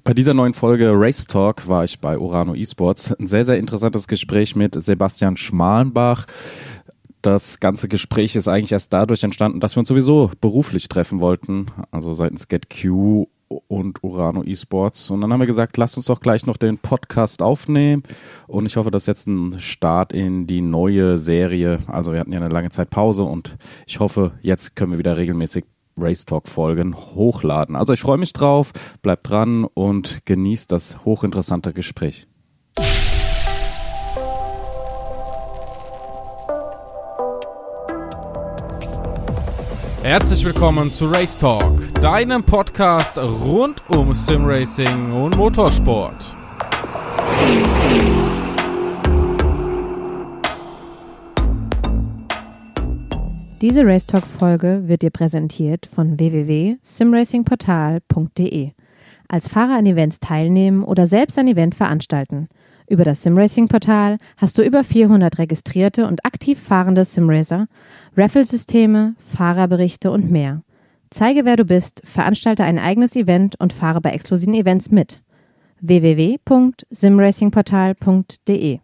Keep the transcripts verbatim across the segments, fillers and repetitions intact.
Bei dieser neuen Folge Race Talk war ich bei Urano Esports. Ein sehr, sehr interessantes Gespräch mit Sebastian Schmalenbach. Das ganze Gespräch ist eigentlich erst dadurch entstanden, dass wir uns sowieso beruflich treffen wollten, also seitens GetQ und Urano Esports. Und dann haben wir gesagt, lasst uns doch gleich noch den Podcast aufnehmen. Und ich hoffe, das ist jetzt ein Start in die neue Serie. Also wir hatten ja eine lange Zeit Pause und ich hoffe, jetzt können wir wieder regelmäßig Race Talk Folgen hochladen. Also ich freue mich drauf, bleibt dran und genießt das hochinteressante Gespräch. Herzlich willkommen zu Race Talk, deinem Podcast rund um Simracing und Motorsport. Diese Race Talk Folge wird dir präsentiert von w w w punkt simracingportal punkt d e. Als Fahrer an Events teilnehmen oder selbst ein Event veranstalten. Über das Simracing-Portal hast du über vierhundert registrierte und aktiv fahrende Simracer, Raffle-Systeme, Fahrerberichte und mehr. Zeige, wer du bist, veranstalte ein eigenes Event und fahre bei exklusiven Events mit. w w w punkt simracingportal punkt d e.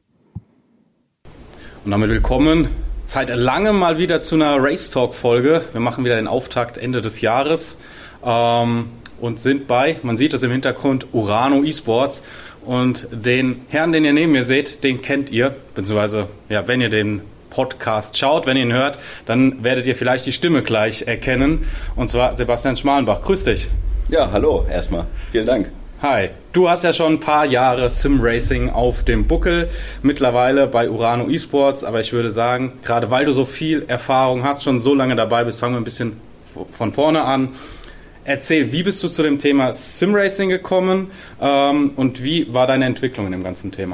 Und damit willkommen seit langem mal wieder zu einer Race Talk Folge. Wir machen wieder den Auftakt Ende des Jahres ähm, und sind bei, man sieht es im Hintergrund, Urano Esports. Und den Herrn, den ihr neben mir seht, den kennt ihr, beziehungsweise, ja, wenn ihr den Podcast schaut, wenn ihr ihn hört, dann werdet ihr vielleicht die Stimme gleich erkennen. Und zwar Sebastian Schmalenbach. Grüß dich. Ja, hallo erstmal. Vielen Dank. Hi. Du hast ja schon ein paar Jahre Simracing auf dem Buckel, mittlerweile bei Urano Esports, aber ich würde sagen, gerade weil du so viel Erfahrung hast, schon so lange dabei bist, fangen wir ein bisschen von vorne an. Erzähl, wie bist du zu dem Thema Simracing gekommen ähm, und wie war deine Entwicklung in dem ganzen Thema?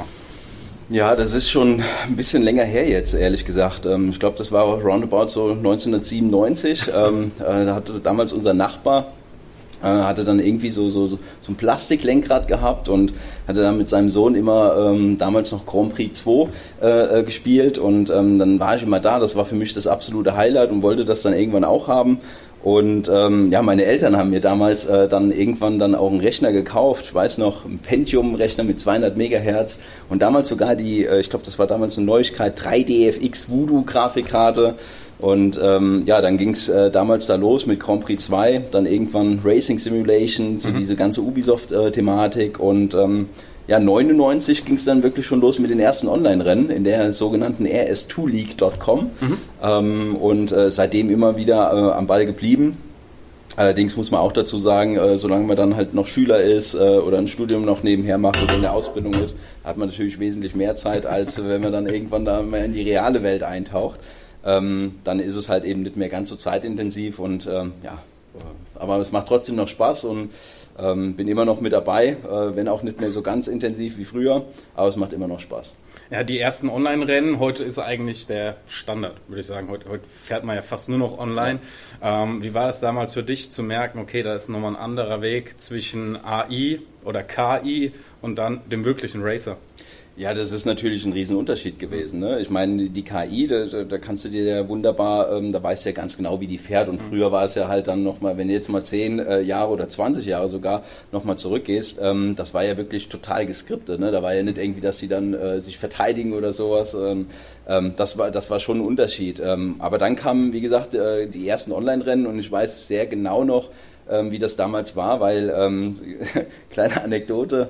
Ja, das ist schon ein bisschen länger her jetzt, ehrlich gesagt. Ähm, ich glaube, das war roundabout so neunzehnhundertsiebenundneunzig. ähm, äh, da hatte damals unser Nachbar, äh, hatte dann irgendwie so, so, so ein Plastiklenkrad gehabt und hatte dann mit seinem Sohn immer ähm, damals noch Grand Prix zwei äh, gespielt und ähm, dann war ich immer da. Das war für mich das absolute Highlight und wollte das dann irgendwann auch haben. Und ähm, ja, meine Eltern haben mir damals äh, dann irgendwann dann auch einen Rechner gekauft. Ich weiß noch, ein Pentium-Rechner mit zweihundert Megahertz und damals sogar die, äh, ich glaube, das war damals eine Neuigkeit, drei D F X Voodoo-Grafikkarte. Und ähm, ja, dann ging es äh, damals da los mit Grand Prix zwei, dann irgendwann Racing Simulation, so mhm. diese ganze Ubisoft-Thematik und ähm, ja, neunundneunzig ging es dann wirklich schon los mit den ersten Online-Rennen in der sogenannten R S zwei League Punkt com mhm. ähm, und äh, seitdem immer wieder äh, am Ball geblieben. Allerdings muss man auch dazu sagen, äh, solange man dann halt noch Schüler ist äh, oder ein Studium noch nebenher macht oder in der Ausbildung ist, hat man natürlich wesentlich mehr Zeit, als wenn man dann irgendwann da mal in die reale Welt eintaucht. Ähm, dann ist es halt eben nicht mehr ganz so zeitintensiv und ähm, ja, aber es macht trotzdem noch Spaß und Ähm, bin immer noch mit dabei, äh, wenn auch nicht mehr so ganz intensiv wie früher, aber es macht immer noch Spaß. Ja, die ersten Online-Rennen, heute ist eigentlich der Standard, würde ich sagen. Heute, heute fährt man ja fast nur noch online. Ja. Ähm, wie war es damals für dich zu merken, okay, da ist nochmal ein anderer Weg zwischen A I oder K I und dann dem wirklichen Racer? Ja, das ist natürlich ein Riesenunterschied gewesen. Ne? Ich meine, die K I, da, da kannst du dir ja wunderbar, ähm, da weißt du ja ganz genau, wie die fährt. Und früher war es ja halt dann nochmal, wenn du jetzt mal zehn äh, Jahre oder zwanzig Jahre sogar nochmal zurückgehst, ähm, das war ja wirklich total geskriptet. Ne? Da war ja nicht irgendwie, dass die dann äh, sich verteidigen oder sowas. Ähm, ähm, das war, das war schon ein Unterschied. Ähm, aber dann kamen, wie gesagt, äh, die ersten Online-Rennen und ich weiß sehr genau noch, ähm, wie das damals war, weil, ähm, kleine Anekdote,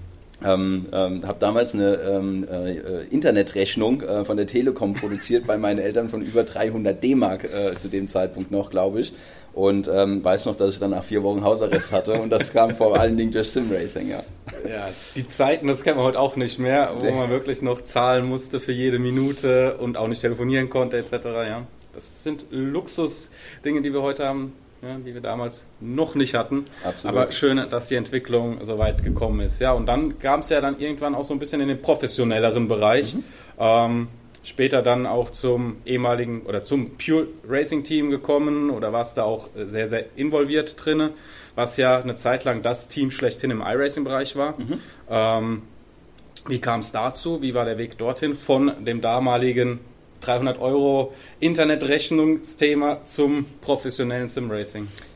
Ähm, ähm, habe damals eine ähm, äh, Internetrechnung äh, von der Telekom produziert bei meinen Eltern von über dreihundert D-Mark äh, zu dem Zeitpunkt noch, glaube ich. Und ähm, weiß noch, dass ich dann nach vier Wochen Hausarrest hatte und das kam vor allen Dingen durch Simracing, ja. Ja, die Zeiten, das kennen wir heute auch nicht mehr, wo man wirklich noch zahlen musste für jede Minute und auch nicht telefonieren konnte et cetera. Ja. Das sind Luxusdinge, die wir heute haben. Ja, die wir damals noch nicht hatten. Absolut. Aber schön, dass die Entwicklung so weit gekommen ist. Ja, und dann kam es ja dann irgendwann auch so ein bisschen in den professionelleren Bereich. Mhm. Ähm, später dann auch zum ehemaligen oder zum Pure Racing Team gekommen oder warst da auch sehr, sehr involviert drin, was ja eine Zeit lang das Team schlechthin im iRacing-Bereich war. Mhm. Ähm, wie kam es dazu? Wie war der Weg dorthin von dem damaligen dreihundert Euro Internetrechnungsthema zum professionellen Simracing?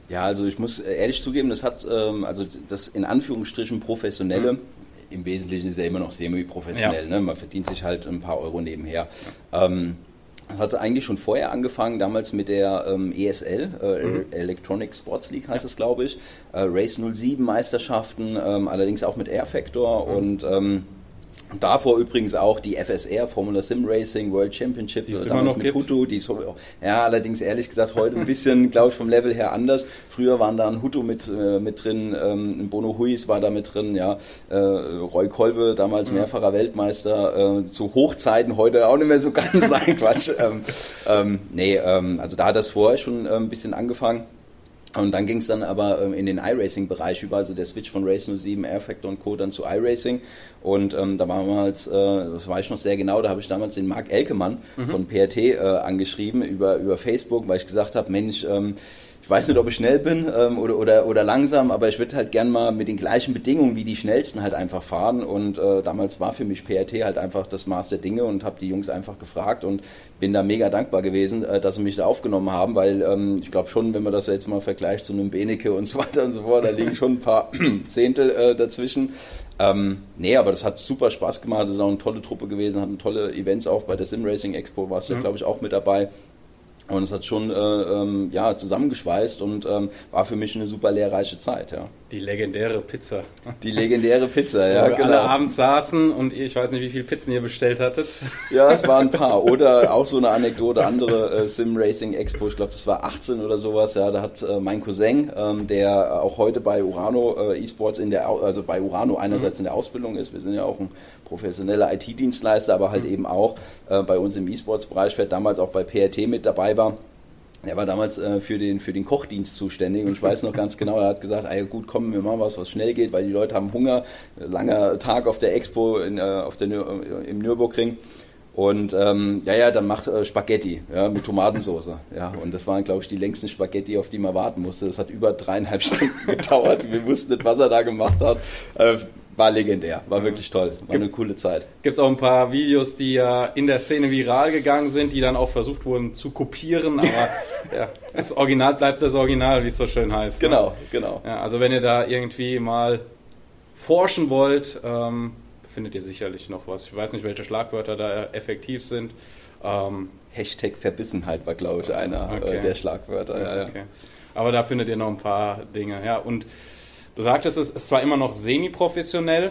Ja, also ich muss ehrlich zugeben, das hat, ähm, also das in Anführungsstrichen professionelle, mhm. im Wesentlichen ist ja immer noch semi-professionell, ja. ne? Man verdient sich halt ein paar Euro nebenher. Ja. Ähm, Das hatte eigentlich schon vorher angefangen, damals mit der ähm, E S L, äh, mhm. Electronic Sports League heißt ja. es, glaube ich. Äh, Race null sieben Meisterschaften, ähm, allerdings auch mit Air Factor mhm. und ähm, davor übrigens auch die F S R, Formula Sim Racing World Championship, die es damals immer noch mit gibt. Hutto. Die ist, ja, allerdings ehrlich gesagt heute ein bisschen, glaube ich, vom Level her anders. Früher waren da ein Hutto mit, äh, mit drin, ähm, ein Bono Huis war da mit drin, ja, äh, Roy Kolbe, damals mhm. mehrfacher Weltmeister, äh, zu Hochzeiten, heute auch nicht mehr so ganz, nein, Quatsch. ähm, ähm, nee, ähm, also da hat das vorher schon äh, ein bisschen angefangen. Und dann ging es dann aber ähm, in den iRacing-Bereich über, also der Switch von Race null sieben, Air Factor und Co. dann zu iRacing. Und ähm, da war damals, äh, das weiß ich noch sehr genau, da habe ich damals den Marc Elkemann mhm. von P R T äh, angeschrieben über, über Facebook, weil ich gesagt habe, Mensch, ähm, ich weiß nicht, ob ich schnell bin ähm, oder, oder, oder langsam, aber ich würde halt gern mal mit den gleichen Bedingungen wie die Schnellsten halt einfach fahren. Und äh, damals war für mich P R T halt einfach das Maß der Dinge und habe die Jungs einfach gefragt und bin da mega dankbar gewesen, äh, dass sie mich da aufgenommen haben, weil ähm, ich glaube schon, wenn man das jetzt mal vergleicht zu einem Benecke und so weiter und so fort, da liegen schon ein paar Zehntel äh, dazwischen. Ähm, nee, aber das hat super Spaß gemacht, das ist auch eine tolle Truppe gewesen, hatten tolle Events auch bei der Sim Racing Expo, warst du, mhm. glaube ich, auch mit dabei. Und es hat schon äh, ähm, ja, zusammengeschweißt und ähm, war für mich eine super lehrreiche Zeit. Ja. Die legendäre Pizza. Die legendäre Pizza, ja, wo wir genau. alle abends saßen und ich weiß nicht, wie viele Pizzen ihr bestellt hattet. Ja, es waren ein paar. Oder auch so eine Anekdote, andere äh, Sim Racing Expo, ich glaube, das war achtzehn oder sowas. Ja, da hat äh, mein Cousin, ähm, der auch heute bei Urano äh, eSports in der, also bei Urano einerseits mhm. in der Ausbildung ist. Wir sind ja auch ein professioneller I T-Dienstleister, aber halt mhm. eben auch äh, bei uns im E-Sports-Bereich, wer damals auch bei P R T mit dabei war. Er war damals äh, für, den, für den Kochdienst zuständig und ich weiß noch ganz genau, er hat gesagt, ah, ja, gut, komm, wir machen was, was schnell geht, weil die Leute haben Hunger, langer Tag auf der Expo in, äh, auf der, im Nürburgring. Und ähm, ja, ja, dann macht äh, Spaghetti, ja, mit Tomatensauce. Ja, und das waren, glaube ich, die längsten Spaghetti, auf die man warten musste. Das hat über dreieinhalb Stunden gedauert. Wir wussten nicht, was er da gemacht hat. Äh, war legendär, war wirklich toll. War eine coole Zeit. Gibt es auch ein paar Videos, die ja in der Szene viral gegangen sind, die dann auch versucht wurden zu kopieren, aber ja, das Original bleibt das Original, wie es so schön heißt. Genau, ne? genau. Ja, also wenn ihr da irgendwie mal forschen wollt, ähm, findet ihr sicherlich noch was. Ich weiß nicht, welche Schlagwörter da effektiv sind. Ähm, Hashtag Verbissenheit war, glaube ich, einer okay. äh, der Schlagwörter. Ja, okay. Ja. Aber da findet ihr noch ein paar Dinge. Ja, und du sagtest, es ist zwar immer noch semi-professionell,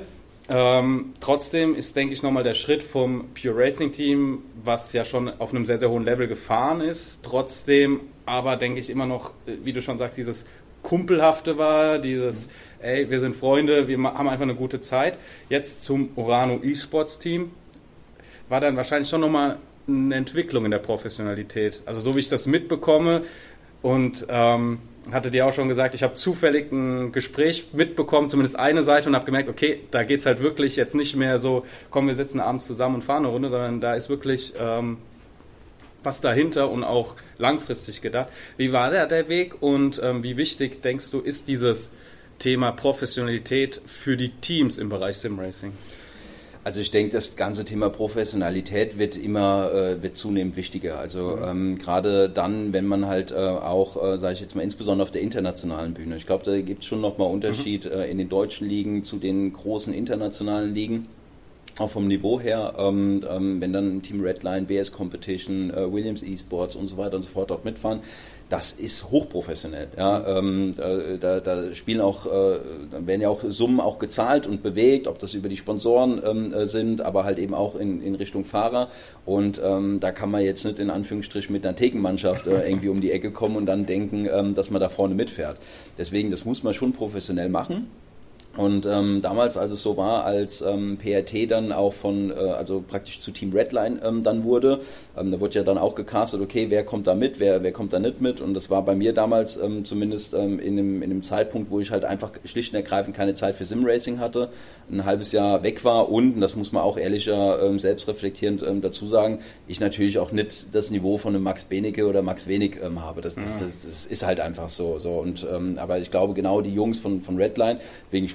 ähm, trotzdem ist, denke ich, nochmal der Schritt vom Pure Racing Team, was ja schon auf einem sehr, sehr hohen Level gefahren ist, trotzdem aber, denke ich, immer noch, wie du schon sagst, dieses Kumpelhafte war, dieses, ey, wir sind Freunde, wir haben einfach eine gute Zeit. Jetzt zum Urano eSports Team war dann wahrscheinlich schon nochmal eine Entwicklung in der Professionalität. Also so wie ich das mitbekomme und ähm, hatte dir auch schon gesagt, ich habe zufällig ein Gespräch mitbekommen, zumindest eine Seite, und habe gemerkt, okay, da geht es halt wirklich jetzt nicht mehr so, komm, wir sitzen abends zusammen und fahren eine Runde, sondern da ist wirklich ähm, was dahinter und auch langfristig gedacht. Wie war der, der Weg und ähm, wie wichtig, denkst du, ist dieses Thema Professionalität für die Teams im Bereich Simracing? Also ich denke, das ganze Thema Professionalität wird immer äh, wird zunehmend wichtiger. Also mhm. ähm, gerade dann, wenn man halt äh, auch, äh, sage ich jetzt mal, insbesondere auf der internationalen Bühne. Ich glaube, da gibt es schon nochmal Unterschied mhm. äh, in den deutschen Ligen zu den großen internationalen Ligen. Auch vom Niveau her, ähm, ähm, wenn dann Team Redline, B S Competition, äh, Williams eSports und so weiter und so fort dort mitfahren, das ist hochprofessionell. Ja? Mhm. Ähm, da, da spielen auch, äh, da werden ja auch Summen auch gezahlt und bewegt, ob das über die Sponsoren ähm, sind, aber halt eben auch in, in Richtung Fahrer. Und ähm, da kann man jetzt nicht in Anführungsstrichen mit einer Thekenmannschaft äh, irgendwie um die Ecke kommen und dann denken, ähm, dass man da vorne mitfährt. Deswegen, das muss man schon professionell machen. Und ähm, damals, als es so war, als ähm, P R T dann auch von, äh, also praktisch zu Team Redline ähm, dann wurde, ähm, da wurde ja dann auch gecastet, okay, wer kommt da mit, wer, wer kommt da nicht mit, und das war bei mir damals ähm, zumindest ähm, in, einem, in einem Zeitpunkt, wo ich halt einfach schlicht und ergreifend keine Zeit für Simracing hatte, ein halbes Jahr weg war und, und das muss man auch ehrlicher, ähm, selbstreflektierend ähm, dazu sagen, ich natürlich auch nicht das Niveau von einem Max Benecke oder Max Wenig ähm, habe, das, das, das, das ist halt einfach so, so. Und, ähm, aber ich glaube genau die Jungs von, von Redline, wegen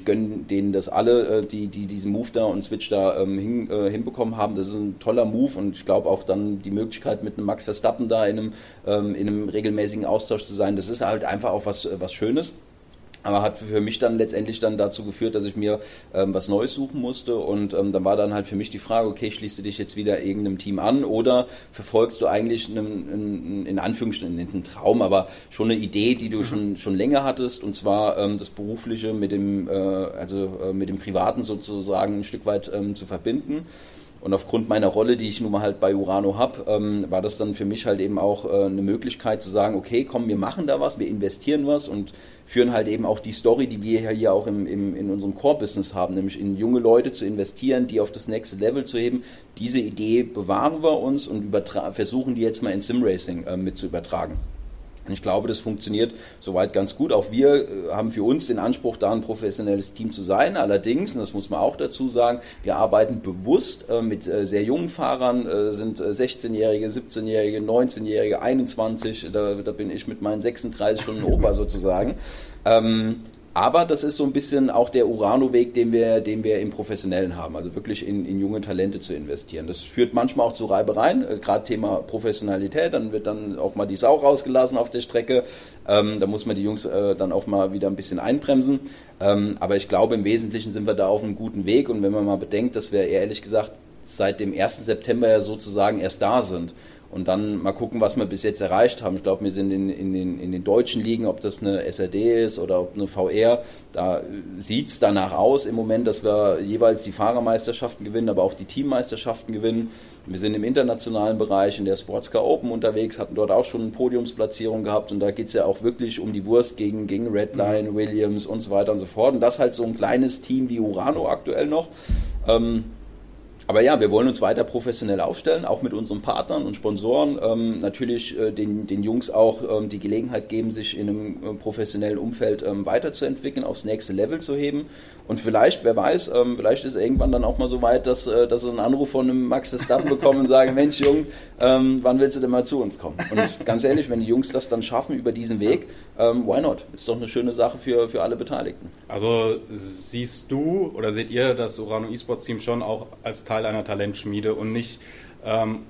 gönnen denen das alle, äh, die, die diesen Move da und Switch da ähm, hin, äh, hinbekommen haben. Das ist ein toller Move und ich glaube auch dann die Möglichkeit mit einem Max Verstappen da in einem, ähm, in einem regelmäßigen Austausch zu sein, das ist halt einfach auch was, was Schönes. Aber hat für mich dann letztendlich dann dazu geführt, dass ich mir ähm, was Neues suchen musste und ähm, dann war dann halt für mich die Frage, okay, schließt du dich jetzt wieder irgendeinem Team an oder verfolgst du eigentlich einen, einen, in Anführungsstrichen einen Traum, aber schon eine Idee, die du schon schon länger hattest und zwar ähm, das Berufliche mit dem, äh, also äh, mit dem Privaten sozusagen ein Stück weit ähm, zu verbinden. Und aufgrund meiner Rolle, die ich nun mal halt bei Urano habe, ähm, war das dann für mich halt eben auch äh, eine Möglichkeit zu sagen, okay, komm, wir machen da was, wir investieren was und führen halt eben auch die Story, die wir ja hier auch im, im, in unserem Core-Business haben, nämlich in junge Leute zu investieren, die auf das nächste Level zu heben. Diese Idee bewahren wir uns und übertra- versuchen die jetzt mal in Simracing äh, mit zu übertragen. Und ich glaube, das funktioniert soweit ganz gut. Auch wir äh, haben für uns den Anspruch, da ein professionelles Team zu sein. Allerdings, und das muss man auch dazu sagen, wir arbeiten bewusst äh, mit äh, sehr jungen Fahrern, äh, sind äh, sechzehnjährige, siebzehnjährige, neunzehnjährige, einundzwanzig, da, da bin ich mit meinen sechsunddreißig schon ein Opa sozusagen. Ähm, Aber das ist so ein bisschen auch der Urano-Weg, den wir, den wir im Professionellen haben, also wirklich in, in junge Talente zu investieren. Das führt manchmal auch zu Reibereien, äh, gerade Thema Professionalität, dann wird dann auch mal die Sau rausgelassen auf der Strecke, ähm, da muss man die Jungs äh, dann auch mal wieder ein bisschen einbremsen, ähm, aber ich glaube, im Wesentlichen sind wir da auf einem guten Weg und wenn man mal bedenkt, dass wir ehrlich gesagt seit dem ersten September ja sozusagen erst da sind, und dann mal gucken, was wir bis jetzt erreicht haben. Ich glaube, wir sind in, in, den, in den deutschen Ligen, ob das eine S R D ist oder ob eine V R, da sieht es danach aus im Moment, dass wir jeweils die Fahrermeisterschaften gewinnen, aber auch die Teammeisterschaften gewinnen. Wir sind im internationalen Bereich in der Sportscar Open unterwegs, hatten dort auch schon eine Podiumsplatzierung gehabt und da geht es ja auch wirklich um die Wurst gegen, gegen Redline, Williams und so weiter und so fort. Und das halt so ein kleines Team wie Urano aktuell noch. Ähm, Aber ja, wir wollen uns weiter professionell aufstellen, auch mit unseren Partnern und Sponsoren. Ähm, natürlich äh, den, den Jungs auch ähm, die Gelegenheit geben, sich in einem äh, professionellen Umfeld ähm, weiterzuentwickeln, aufs nächste Level zu heben. Und vielleicht, wer weiß, ähm, vielleicht ist irgendwann dann auch mal so weit, dass, äh, dass sie einen Anruf von einem Max Verstappen bekommen und sagen, Mensch, Jung, ähm, wann willst du denn mal zu uns kommen? Und ganz ehrlich, wenn die Jungs das dann schaffen über diesen Weg, ähm, why not? Ist doch eine schöne Sache für, für alle Beteiligten. Also siehst du oder seht ihr das Urano E-Sports Team schon auch als Teil einer Talentschmiede und nicht ähm,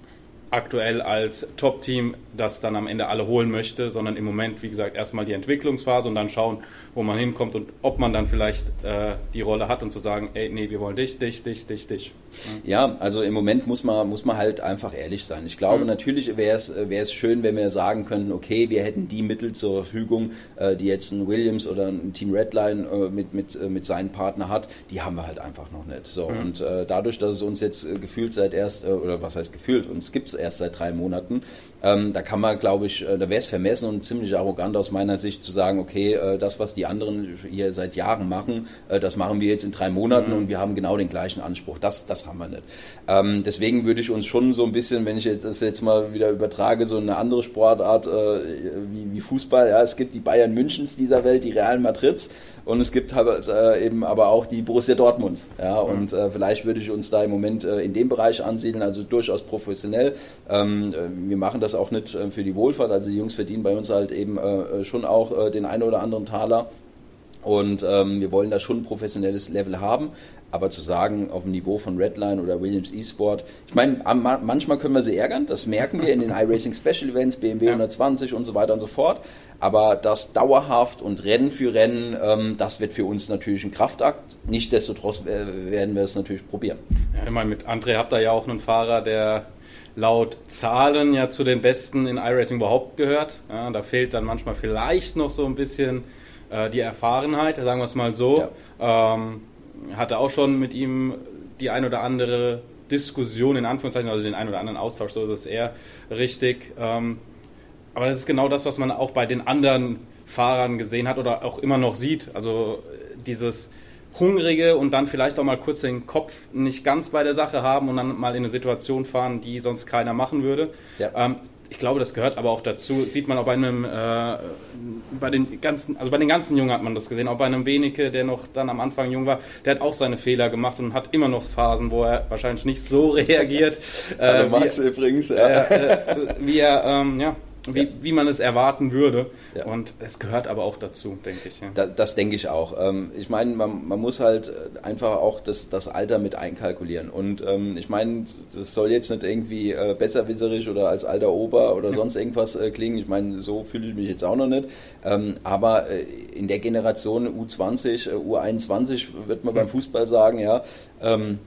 aktuell als Top-Team, das dann am Ende alle holen möchte, sondern im Moment, wie gesagt, erstmal die Entwicklungsphase und dann schauen, wo man hinkommt und ob man dann vielleicht äh, die Rolle hat und zu sagen, ey, nee, wir wollen dich, dich, dich, dich, dich. Ja, also im Moment muss man, muss man halt einfach ehrlich sein. Ich glaube, mhm. natürlich wäre es, wäre es schön, wenn wir sagen können, okay, wir hätten die Mittel zur Verfügung, äh, die jetzt ein Williams oder ein Team Redline äh, mit, mit, äh, mit seinem Partner hat, die haben wir halt einfach noch nicht. So, mhm. Und äh, dadurch, dass es uns jetzt äh, gefühlt seit erst, äh, oder was heißt gefühlt, uns gibt es erst seit drei Monaten, ähm, da kann man, glaube ich, äh, da wäre es vermessen und ziemlich arrogant aus meiner Sicht zu sagen, okay, äh, das, was die anderen hier seit Jahren machen, äh, das machen wir jetzt in drei Monaten mhm. und wir haben genau den gleichen Anspruch. Das, das haben wir nicht. Ähm, deswegen würde ich uns schon so ein bisschen, wenn ich jetzt, das jetzt mal wieder übertrage, so eine andere Sportart äh, wie, wie Fußball, ja, es gibt die Bayern Münchens dieser Welt, die Real Madrids und es gibt halt äh, eben aber auch die Borussia Dortmunds, ja, mhm. und äh, vielleicht würde ich uns da im Moment äh, in dem Bereich ansiedeln, also durchaus professionell. Ähm, wir machen das auch nicht äh, für die Wohlfahrt, also die Jungs verdienen bei uns halt eben äh, schon auch äh, den einen oder anderen Taler und ähm, wir wollen da schon ein professionelles Level haben. Aber zu sagen, auf dem Niveau von Redline oder Williams eSport, ich meine, manchmal können wir sie ärgern, das merken wir in den iRacing Special Events, B M W ja. hundertzwanzig und so weiter und so fort. Aber das dauerhaft und Rennen für Rennen, ähm, das wird für uns natürlich ein Kraftakt. Nichtsdestotrotz äh, werden wir es natürlich probieren. Ja, ich meine, mit André habt ihr ja auch einen Fahrer, der laut Zahlen ja zu den Besten in iRacing überhaupt gehört. Ja, da fehlt dann manchmal vielleicht noch so ein bisschen äh, die Erfahrenheit, sagen wir es mal so. Ja. Ähm, hatte auch schon mit ihm die ein oder andere Diskussion, in Anführungszeichen, also den ein oder anderen Austausch, so ist es eher richtig. Aber das ist genau das, was man auch bei den anderen Fahrern gesehen hat oder auch immer noch sieht. Also dieses Hungrige und dann vielleicht auch mal kurz den Kopf nicht ganz bei der Sache haben und dann mal in eine Situation fahren, die sonst keiner machen würde. Ja. Ich glaube, das gehört aber auch dazu. Sieht man auch bei einem, äh, bei den ganzen, also bei den ganzen Jungen hat man das gesehen. Auch bei einem Beneke, der noch dann am Anfang jung war, der hat auch seine Fehler gemacht und hat immer noch Phasen, wo er wahrscheinlich nicht so reagiert. Hallo äh, Max wie, übrigens. Ja. Äh, äh, wie er, ähm, ja, wie, ja. wie man es erwarten würde. Ja. Und es gehört aber auch dazu, denke ich. Ja. Das, das denke ich auch. Ähm, ich meine, man, man muss halt einfach auch das, das Alter mit einkalkulieren. Und ähm, ich meine, das soll jetzt nicht irgendwie äh, besserwisserisch oder als alter Opa oder sonst irgendwas äh, klingen. Ich meine, so fühle ich mich jetzt auch noch nicht. Ähm, aber äh, in der Generation U zwanzig, äh, U einundzwanzig, wird man beim Fußball sagen, ja, ähm,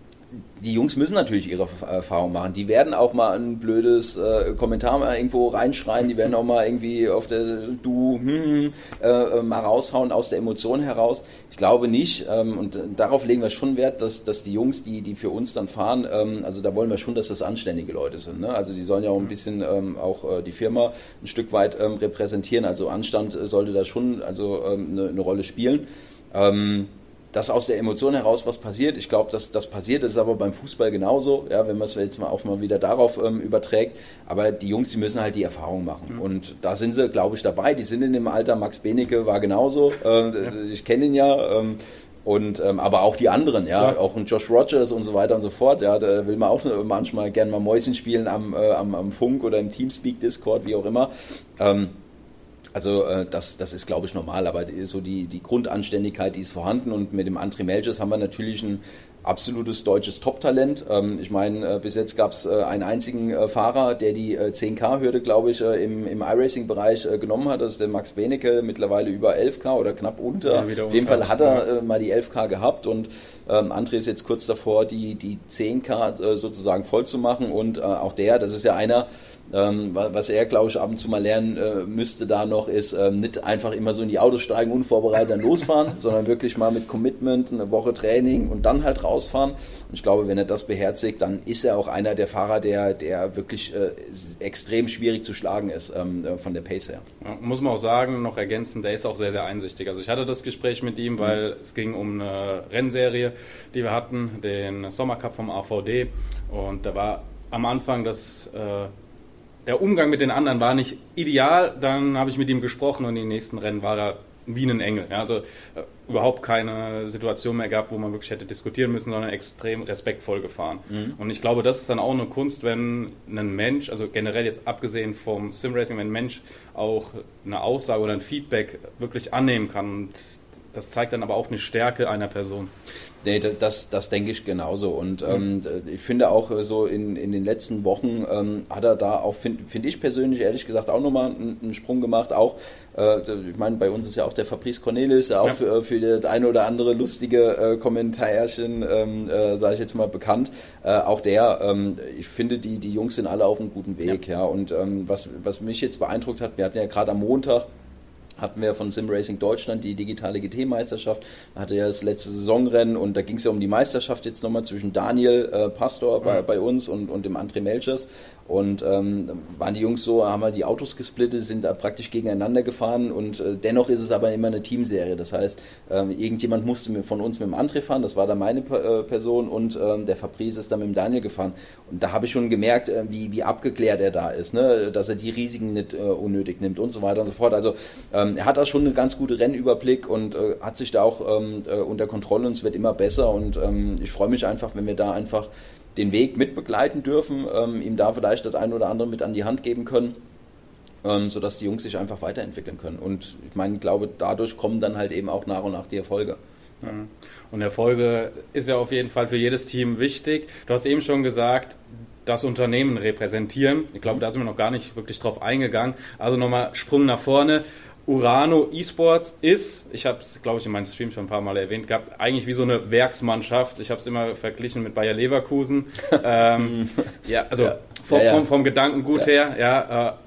die Jungs müssen natürlich ihre Erfahrung machen. Die werden auch mal ein blödes äh, Kommentar mal irgendwo reinschreien. Die werden auch mal irgendwie auf der Du hm, äh, mal raushauen aus der Emotion heraus. Ich glaube nicht. Ähm, und darauf legen wir schon Wert, dass, dass die Jungs, die, die für uns dann fahren, ähm, also da wollen wir schon, dass das anständige Leute sind. Ne? Also die sollen ja auch ein bisschen ähm, auch äh, die Firma ein Stück weit ähm, repräsentieren. Also Anstand sollte da schon also ähm, eine, eine Rolle spielen. Ähm, dass aus der Emotion heraus was passiert. Ich glaube, dass das passiert, das ist aber beim Fußball genauso, ja, wenn man es jetzt mal auch mal wieder darauf ähm, überträgt. Aber die Jungs, die müssen halt die Erfahrung machen. Mhm. Und da sind sie, glaube ich, dabei. Die sind in dem Alter. Max Benecke war genauso. Äh, ja. Ich kenne ihn ja. Ähm, und ähm, aber auch die anderen, ja, Klar. auch ein Josh Rogers und so weiter und so fort. Ja, da will man auch manchmal gerne mal Mäuschen spielen am, äh, am, am Funk oder im Teamspeak, Discord, wie auch immer. Ähm, Also äh, das, das ist, glaube ich, normal, aber die, so die, die Grundanständigkeit, die ist vorhanden und mit dem André Melges haben wir natürlich ein absolutes deutsches Top-Talent. Ähm, ich meine, äh, bis jetzt gab es äh, einen einzigen äh, Fahrer, der die äh, zehn K-Hürde, glaube ich, äh, im, im iRacing-Bereich äh, genommen hat. Das ist der Max Benecke, mittlerweile über elf K oder knapp unter. Ja, Auf jeden Fall hat er äh, mal die elf K gehabt und ähm, André ist jetzt kurz davor, die, die zehn K äh, sozusagen voll zu machen und äh, auch der, das ist ja einer, Ähm, was er, glaube ich, ab und zu mal lernen äh, müsste da noch, ist ähm, nicht einfach immer so in die Autos steigen, unvorbereitet dann losfahren, sondern wirklich mal mit Commitment, eine Woche Training und dann halt rausfahren. Und ich glaube, wenn er das beherzigt, dann ist er auch einer der Fahrer, der, der wirklich äh, extrem schwierig zu schlagen ist ähm, äh, von der Pace her. Ja, muss man auch sagen, noch ergänzend, der ist auch sehr, sehr einsichtig. Also ich hatte das Gespräch mit ihm, weil mhm. es ging um eine Rennserie, die wir hatten, den Sommercup vom A V D, und da war am Anfang das äh, der Umgang mit den anderen war nicht ideal, dann habe ich mit ihm gesprochen und in den nächsten Rennen war er wie ein Engel. Ja, also äh, überhaupt keine Situation mehr gab, wo man wirklich hätte diskutieren müssen, sondern extrem respektvoll gefahren. Mhm. Und ich glaube, das ist dann auch eine Kunst, wenn ein Mensch, also generell jetzt abgesehen vom Simracing, wenn ein Mensch auch eine Aussage oder ein Feedback wirklich annehmen kann. Und das zeigt dann aber auch eine Stärke einer Person. Nee, das, das denke ich genauso. Und ähm, ich finde auch so in, in den letzten Wochen ähm, hat er da auch, finde find ich persönlich ehrlich gesagt, auch nochmal einen, einen Sprung gemacht. Auch, äh, ich meine, bei uns ist ja auch der Fabrice Cornelis, ja auch ja. für, für das eine oder andere lustige äh, Kommentarchen, ähm, äh, sage ich jetzt mal, bekannt. Äh, auch der, ähm, ich finde, die, die Jungs sind alle auf einem guten Weg. Ja. Ja. Und ähm, was, was mich jetzt beeindruckt hat, wir hatten ja gerade am Montag, hatten wir von Simracing Deutschland die digitale G T-Meisterschaft, da hatte ja das letzte Saisonrennen und da ging es ja um die Meisterschaft jetzt nochmal zwischen Daniel äh, Pastor bei, bei uns und, und dem André Melges. Und ähm, waren die Jungs so, haben wir die Autos gesplittet, sind da praktisch gegeneinander gefahren und äh, dennoch ist es aber immer eine Teamserie. Das heißt, äh, irgendjemand musste von uns mit dem André fahren, das war dann meine äh, Person und äh, der Fabrice ist dann mit dem Daniel gefahren. Und da habe ich schon gemerkt, äh, wie, wie abgeklärt er da ist, ne? Dass er die Risiken nicht äh, unnötig nimmt und so weiter und so fort. Also ähm, er hat da schon einen ganz guten Rennüberblick und äh, hat sich da auch ähm, äh, unter Kontrolle und es wird immer besser und ähm, ich freue mich einfach, wenn wir da einfach den Weg mitbegleiten dürfen, ähm, ihm da vielleicht das ein oder andere mit an die Hand geben können, ähm, sodass die Jungs sich einfach weiterentwickeln können. Und ich meine, ich glaube, dadurch kommen dann halt eben auch nach und nach die Erfolge. Ja. Und Erfolge ist ja auf jeden Fall für jedes Team wichtig. Du hast eben schon gesagt, das Unternehmen repräsentieren. Ich glaube, da sind wir noch gar nicht wirklich drauf eingegangen. Also nochmal Sprung nach vorne. Urano eSports ist, ich habe es, glaube ich, in meinem Stream schon ein paar Mal erwähnt gehabt, eigentlich wie so eine Werksmannschaft. Ich habe es immer verglichen mit Bayer Leverkusen. ähm, ja, also ja. Vom, ja, ja. Vom, vom Gedankengut ja. her, ja. Äh,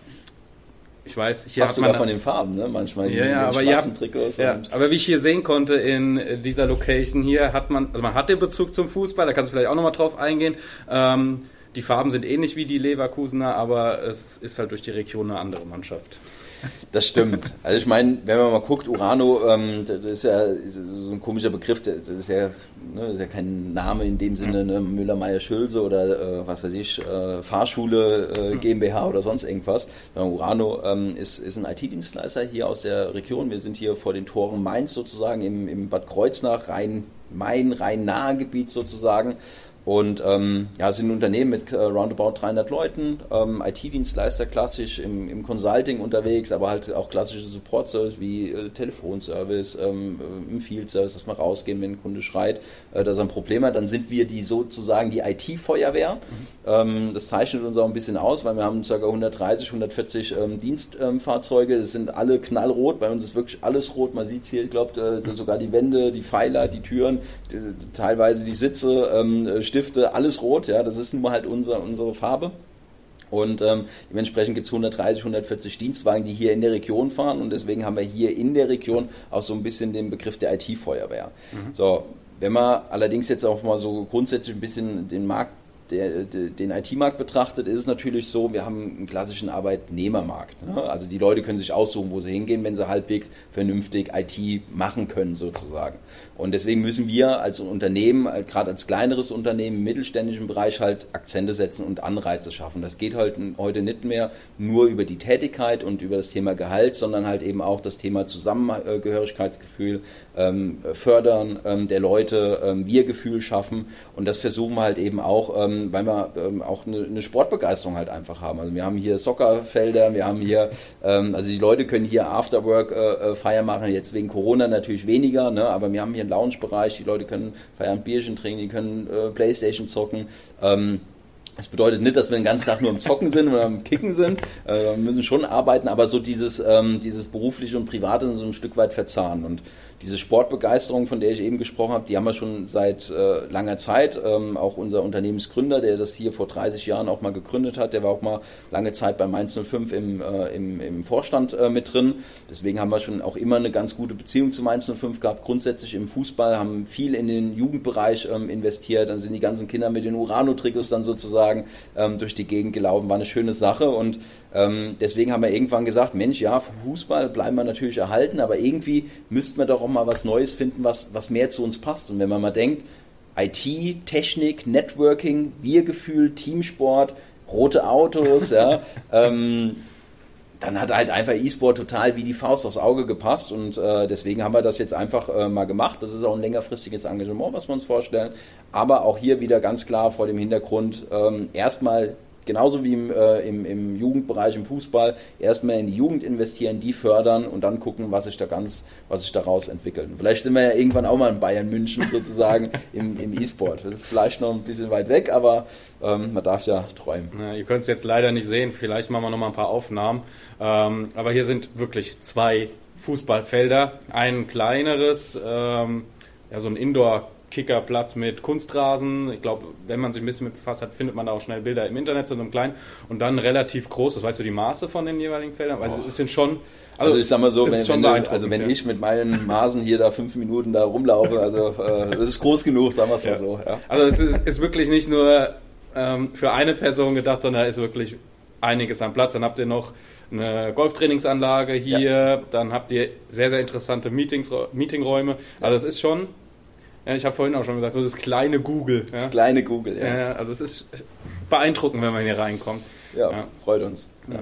ich weiß, hier Hast hat man sogar von den Farben, ne? Manchmal ja, in ja, den aber schwarzen habt, Trikots. Ja, aber wie ich hier sehen konnte in dieser Location hier, hat man, also man hat den Bezug zum Fußball, da kannst du vielleicht auch nochmal drauf eingehen. Ähm, die Farben sind ähnlich wie die Leverkusener, aber es ist halt durch die Region eine andere Mannschaft. Das stimmt. Also ich meine, wenn man mal guckt, Urano, ähm, das ist ja so ein komischer Begriff, das ist ja, ne, das ist ja kein Name in dem Sinne, ne, Müller-Meyer-Schülze oder äh, was weiß ich, äh, Fahrschule äh, GmbH oder sonst irgendwas. Urano ähm, ist, ist ein I T-Dienstleister hier aus der Region. Wir sind hier vor den Toren Mainz sozusagen, im, im Bad Kreuznach, Rhein-Main, Rhein-Nahe Gebiet sozusagen. Und ähm, ja, sind ein Unternehmen mit äh, roundabout dreihundert Leuten, ähm, I T-Dienstleister klassisch im, im Consulting unterwegs, aber halt auch klassische Support-Service wie äh, Telefonservice, ähm, im Field-Service, dass wir rausgehen, wenn ein Kunde schreit, äh, dass er ein Problem hat. Dann sind wir die sozusagen die I T-Feuerwehr. Mhm. Ähm, das zeichnet uns auch ein bisschen aus, weil wir haben ca. hundertdreißig, hundertvierzig ähm, Dienstfahrzeuge. Das sind alle knallrot. Bei uns ist wirklich alles rot. Man sieht es hier, ich glaube, äh, sogar die Wände, die Pfeiler, die Türen, die, teilweise die Sitze, ähm, Stifte, alles rot, ja, das ist nun mal halt unser, unsere Farbe. Und ähm, dementsprechend gibt es hundertdreißig, hundertvierzig Dienstwagen, die hier in der Region fahren und deswegen haben wir hier in der Region auch so ein bisschen den Begriff der I T-Feuerwehr. Mhm. So, wenn man allerdings jetzt auch mal so grundsätzlich ein bisschen den Markt Der, der, den I T-Markt betrachtet, ist es natürlich so, wir haben einen klassischen Arbeitnehmermarkt. Ne? Also die Leute können sich aussuchen, wo sie hingehen, wenn sie halbwegs vernünftig I T machen können sozusagen. Und deswegen müssen wir als Unternehmen, gerade als kleineres Unternehmen im mittelständischen Bereich halt Akzente setzen und Anreize schaffen. Das geht halt heute nicht mehr nur über die Tätigkeit und über das Thema Gehalt, sondern halt eben auch das Thema Zusammengehörigkeitsgefühl, ähm, Fördern ähm, der Leute, ähm, Wir-Gefühl schaffen und das versuchen wir halt eben auch, ähm, weil wir ähm, auch eine, eine Sportbegeisterung halt einfach haben. Also wir haben hier Soccerfelder, wir haben hier, ähm, also die Leute können hier Afterwork äh, Feier machen, jetzt wegen Corona natürlich weniger, ne? Aber wir haben hier einen Lounge-Bereich, die Leute können feiern, Bierchen trinken, die können äh, Playstation zocken. Ähm, Das bedeutet nicht, dass wir den ganzen Tag nur am Zocken sind oder am Kicken sind. Äh, wir müssen schon arbeiten, aber so dieses, ähm, dieses berufliche und private so ein Stück weit verzahnen. Und diese Sportbegeisterung, von der ich eben gesprochen habe, die haben wir schon seit äh, langer Zeit. Ähm, auch unser Unternehmensgründer, der das hier vor dreißig Jahren auch mal gegründet hat, der war auch mal lange Zeit bei Mainz null fünf im, äh, im, im Vorstand äh, mit drin. Deswegen haben wir schon auch immer eine ganz gute Beziehung zu Mainz null fünf gehabt. Grundsätzlich im Fußball, haben viel in den Jugendbereich ähm, investiert. Dann sind die ganzen Kinder mit den Urano-Trikots dann sozusagen ähm, durch die Gegend gelaufen. War eine schöne Sache und ähm, deswegen haben wir irgendwann gesagt, Mensch, ja, Fußball bleiben wir natürlich erhalten, aber irgendwie müssten wir doch auch mal was Neues finden, was, was mehr zu uns passt. Und wenn man mal denkt, I T, Technik, Networking, Wir-Gefühl, Teamsport, rote Autos, ja, ähm, dann hat halt einfach E-Sport total wie die Faust aufs Auge gepasst und äh, deswegen haben wir das jetzt einfach äh, mal gemacht. Das ist auch ein längerfristiges Engagement, was wir uns vorstellen, aber auch hier wieder ganz klar vor dem Hintergrund, ähm, erstmal genauso wie im, äh, im, im Jugendbereich, im Fußball, erstmal in die Jugend investieren, die fördern und dann gucken, was sich da ganz, was sich daraus entwickelt. Und vielleicht sind wir ja irgendwann auch mal in Bayern München sozusagen im, im E-Sport. Vielleicht noch ein bisschen weit weg, aber ähm, man darf ja träumen. Ja, ihr könnt es jetzt leider nicht sehen, vielleicht machen wir noch mal ein paar Aufnahmen. Ähm, aber hier sind wirklich zwei Fußballfelder. Ein kleineres, ähm, ja, so ein Indoor- Kickerplatz mit Kunstrasen. Ich glaube, wenn man sich ein bisschen mit befasst hat, findet man da auch schnell Bilder im Internet zu einem kleinen. Und dann relativ groß, das weißt du, die Maße von den jeweiligen Feldern? Also es sind schon... Also, also ich sag mal so, wenn, wenn, du, also wenn ja. ich mit meinen Maßen hier da fünf Minuten da rumlaufe, also äh, das ist groß genug, sagen wir es mal ja. so. Ja. Also es ist, ist wirklich nicht nur ähm, für eine Person gedacht, sondern ist wirklich einiges am Platz. Dann habt ihr noch eine Golftrainingsanlage hier, ja. Dann habt ihr sehr, sehr interessante Meetings, Meetingräume. Also es ist schon... Ja, ich habe vorhin auch schon gesagt, so das kleine Google. Ja? Das kleine Google, ja. ja. Also es ist beeindruckend, wenn man hier reinkommt. Ja, ja. Freut uns. Ja.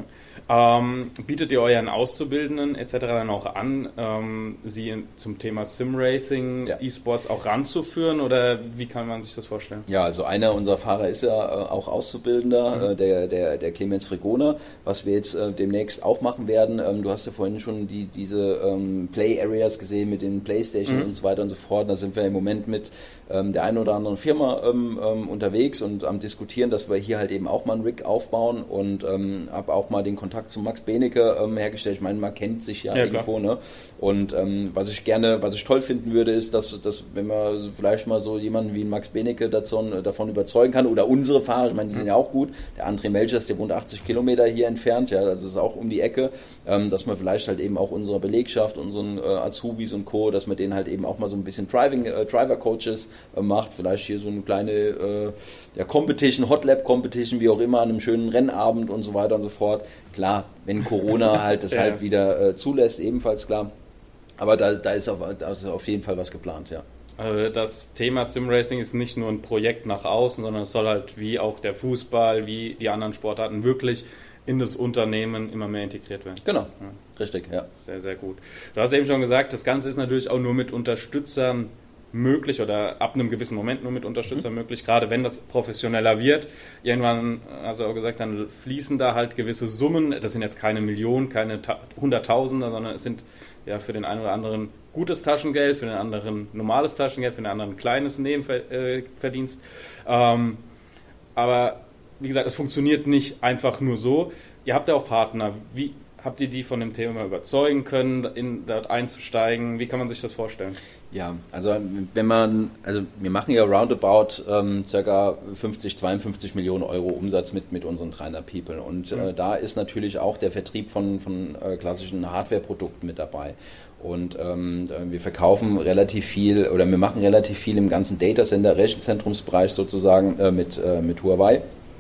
Ähm, bietet ihr euren Auszubildenden et cetera dann auch an, ähm, sie zum Thema Simracing, ja. E-Sports auch ranzuführen oder wie kann man sich das vorstellen? Ja, also einer unserer Fahrer ist ja äh, auch Auszubildender, mhm. äh, der, der, der Clemens Frigona, was wir jetzt äh, demnächst auch machen werden. Ähm, du hast ja vorhin schon die, diese ähm, Play-Areas gesehen mit den Playstation mhm. und so weiter und so fort. Da sind wir im Moment mit ähm, der einen oder anderen Firma ähm, ähm, unterwegs und am diskutieren, dass wir hier halt eben auch mal einen Rig aufbauen und ähm, habe auch mal den Kontakt zu Max Benecke ähm, hergestellt. Ich meine, man kennt sich ja, ja irgendwo, ne? Und ähm, was ich gerne, was ich toll finden würde, ist, dass, dass wenn man so vielleicht mal so jemanden wie Max Benecke davon, davon überzeugen kann oder unsere Fahrer, ich meine, die sind ja auch gut. Der André Melchers, der wohnt achtzig Kilometer hier entfernt, ja, das ist auch um die Ecke, ähm, dass man vielleicht halt eben auch unserer Belegschaft, unseren äh, Azubis und Co., dass man denen halt eben auch mal so ein bisschen Driving, äh, Driver-Coaches äh, macht, vielleicht hier so eine kleine äh, ja, Competition, Hot Lap Competition, wie auch immer, an einem schönen Rennabend und so weiter und so fort. Klar, wenn Corona halt das ja. halt wieder äh, zulässt, ebenfalls klar. Aber da, da, ist auf, da ist auf jeden Fall was geplant, ja. Also das Thema Simracing ist nicht nur ein Projekt nach außen, sondern es soll halt wie auch der Fußball, wie die anderen Sportarten wirklich in das Unternehmen immer mehr integriert werden. Genau, ja. Richtig, ja. Sehr, sehr gut. Du hast eben schon gesagt, das Ganze ist natürlich auch nur mit Unterstützern möglich oder ab einem gewissen Moment nur mit Unterstützer mhm. möglich, gerade wenn das professioneller wird. Irgendwann, also auch gesagt, dann fließen da halt gewisse Summen, das sind jetzt keine Millionen, keine Ta- Hunderttausender, sondern es sind ja für den einen oder anderen gutes Taschengeld, für den anderen normales Taschengeld, für den anderen kleines Nebenverdienst. Ähm, aber wie gesagt, es funktioniert nicht einfach nur so. Ihr habt ja auch Partner. Wie habt ihr die von dem Thema überzeugen können, in, dort einzusteigen? Wie kann man sich das vorstellen? Ja, also wenn man, also wir machen ja roundabout ähm, ca. fünfzig, zweiundfünfzig Millionen Euro Umsatz mit, mit unseren dreihundert People und mhm. äh, da ist natürlich auch der Vertrieb von, von äh, klassischen Hardware-Produkten mit dabei. Und ähm, wir verkaufen relativ viel oder wir machen relativ viel im ganzen Datacenter, Rechenzentrumsbereich sozusagen äh, mit, äh, mit Huawei.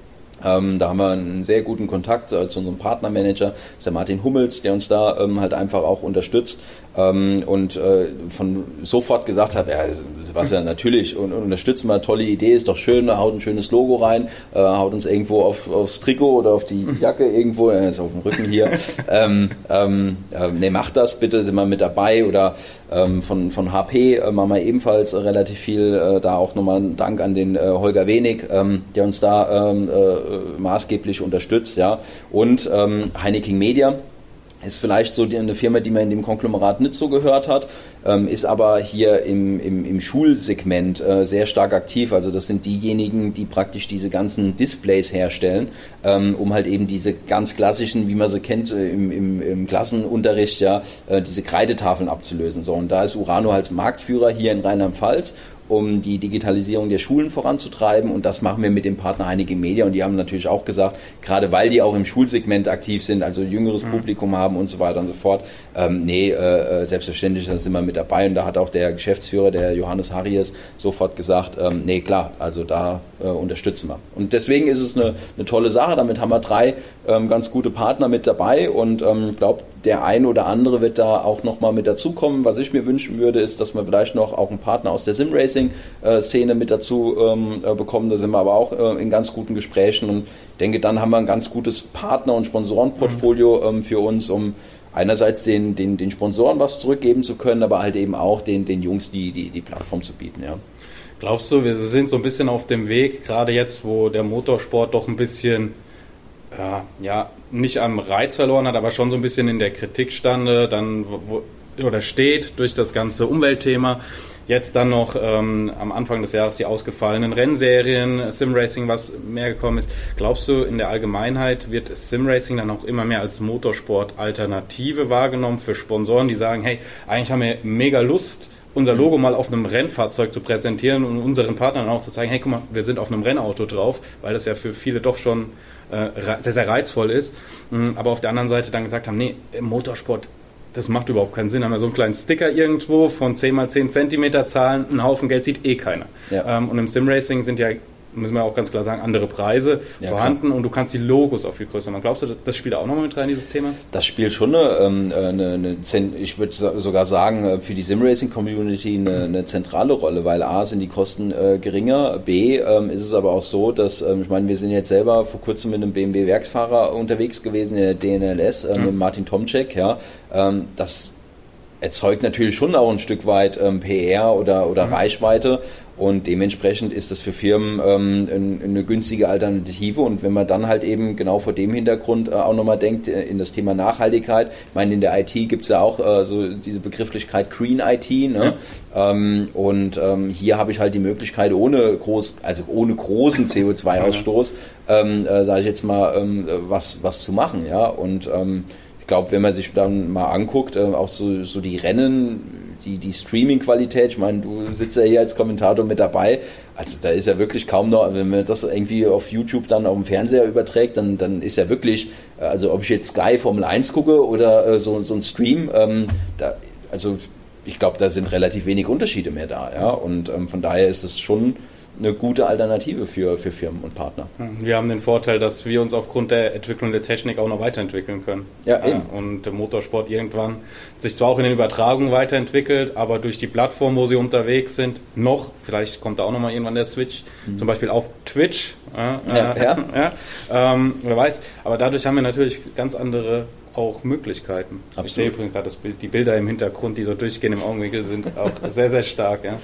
Ähm, da haben wir einen sehr guten Kontakt äh, zu unserem Partnermanager, das ist der Martin Hummels, der uns da ähm, halt einfach auch unterstützt ähm, und äh, von sofort gesagt hat, ja, Sebastian, natürlich und, und unterstützen wir, tolle Idee, ist doch schön, haut ein schönes Logo rein, äh, haut uns irgendwo auf, aufs Trikot oder auf die Jacke irgendwo, er ist auf dem Rücken hier, ähm, ähm, äh, ne, macht das bitte, sind wir mit dabei oder ähm, von, von H P äh, machen wir ebenfalls äh, relativ viel, äh, da auch nochmal ein Dank an den äh, Holger Wenig, ähm, der uns da ähm, äh, maßgeblich unterstützt, ja, und ähm, Heineken Media ist vielleicht so die, eine Firma, die man in dem Konglomerat nicht so gehört hat, ähm, ist aber hier im, im, im Schulsegment äh, sehr stark aktiv. Also das sind diejenigen, die praktisch diese ganzen Displays herstellen, ähm, um halt eben diese ganz klassischen, wie man sie kennt äh, im, im, im Klassenunterricht, ja, äh, diese Kreidetafeln abzulösen. So, und da ist Urano als Marktführer hier in Rheinland-Pfalz, um die Digitalisierung der Schulen voranzutreiben, und das machen wir mit dem Partner Heineken Media, und die haben natürlich auch gesagt, gerade weil die auch im Schulsegment aktiv sind, also jüngeres mhm. Publikum haben und so weiter und so fort, ähm, nee, äh, selbstverständlich, da sind wir mit dabei, und da hat auch der Geschäftsführer, der Johannes Harries, sofort gesagt, ähm, nee, klar, also da äh, unterstützen wir. Und deswegen ist es eine, eine tolle Sache, damit haben wir drei ähm, ganz gute Partner mit dabei, und ich ähm, glaube, der ein oder andere wird da auch nochmal mit dazukommen. Was ich mir wünschen würde, ist, dass wir vielleicht noch auch einen Partner aus der Sim-Racing-Szene mit dazu ähm, bekommen. Da sind wir aber auch äh, in ganz guten Gesprächen, und ich denke, dann haben wir ein ganz gutes Partner- und Sponsorenportfolio ähm, für uns, um einerseits den, den, den Sponsoren was zurückgeben zu können, aber halt eben auch den, den Jungs die, die, die Plattform zu bieten. Ja. Glaubst du, wir sind so ein bisschen auf dem Weg, gerade jetzt, wo der Motorsport doch ein bisschen Ja, ja, nicht am Reiz verloren hat, aber schon so ein bisschen in der Kritik stande, dann wo, oder steht durch das ganze Umweltthema. Jetzt dann noch ähm, am Anfang des Jahres die ausgefallenen Rennserien, Simracing, was mehr gekommen ist. Glaubst du, in der Allgemeinheit wird Simracing dann auch immer mehr als Motorsport-Alternative wahrgenommen für Sponsoren, die sagen, hey, eigentlich haben wir mega Lust, unser Logo mal auf einem Rennfahrzeug zu präsentieren und unseren Partnern auch zu zeigen, hey, guck mal, wir sind auf einem Rennauto drauf, weil das ja für viele doch schon äh, sehr, sehr reizvoll ist. Aber auf der anderen Seite dann gesagt haben, nee, im Motorsport, das macht überhaupt keinen Sinn. Haben wir so einen kleinen Sticker irgendwo von zehn mal zehn Zentimeter Zahlen, einen Haufen Geld sieht eh keiner. Ja. Ähm, und im Simracing sind ja, müssen wir auch ganz klar sagen, andere Preise ja, vorhanden, klar. Und du kannst die Logos auch viel größer machen. Glaubst du, das spielt auch nochmal mit rein, dieses Thema? Das spielt schon eine, eine, eine ich würde sogar sagen, für die Simracing-Community eine, eine zentrale Rolle, weil A, sind die Kosten äh, geringer, B, ähm, ist es aber auch so, dass, ähm, ich meine, wir sind jetzt selber vor kurzem mit einem B M W-Werksfahrer unterwegs gewesen, in der D N L S, äh, mhm. mit Martin Tomczek, ja, ähm, das erzeugt natürlich schon auch ein Stück weit ähm, P R oder, oder mhm. Reichweite, und dementsprechend ist das für Firmen ähm, eine günstige Alternative, und wenn man dann halt eben genau vor dem Hintergrund äh, auch nochmal denkt, äh, in das Thema Nachhaltigkeit, ich meine, in der I T gibt es ja auch äh, so diese Begrifflichkeit Green I T, ne? Ja. Ähm, und ähm, hier habe ich halt die Möglichkeit, ohne groß, also ohne großen C O zwei Ausstoß, ähm, äh, sage ich jetzt mal, ähm, was, was zu machen, ja, und ähm, ich glaube, wenn man sich dann mal anguckt, äh, auch so, so die Rennen, die, die Streaming-Qualität, ich meine, du sitzt ja hier als Kommentator mit dabei, also da ist ja wirklich kaum noch, wenn man das irgendwie auf YouTube dann auf dem Fernseher überträgt, dann, dann ist ja wirklich, also ob ich jetzt Sky Formel eins gucke oder äh, so, so ein Stream, ähm, da, also ich glaube, da sind relativ wenig Unterschiede mehr da, ja, und ähm, von daher ist es schon eine gute Alternative für, für Firmen und Partner. Wir haben den Vorteil, dass wir uns aufgrund der Entwicklung der Technik auch noch weiterentwickeln können. Ja, eben. Und der Motorsport irgendwann sich zwar auch in den Übertragungen weiterentwickelt, aber durch die Plattform, wo sie unterwegs sind, noch, vielleicht kommt da auch noch mal irgendwann der Switch, mhm. zum Beispiel auf Twitch, ja, ja, äh, ja. ja ähm, wer weiß, aber dadurch haben wir natürlich ganz andere auch Möglichkeiten. Absolut. Ich sehe übrigens gerade das Bild, die Bilder im Hintergrund, die so durchgehen im Augenwinkel, sind auch sehr, sehr stark, ja.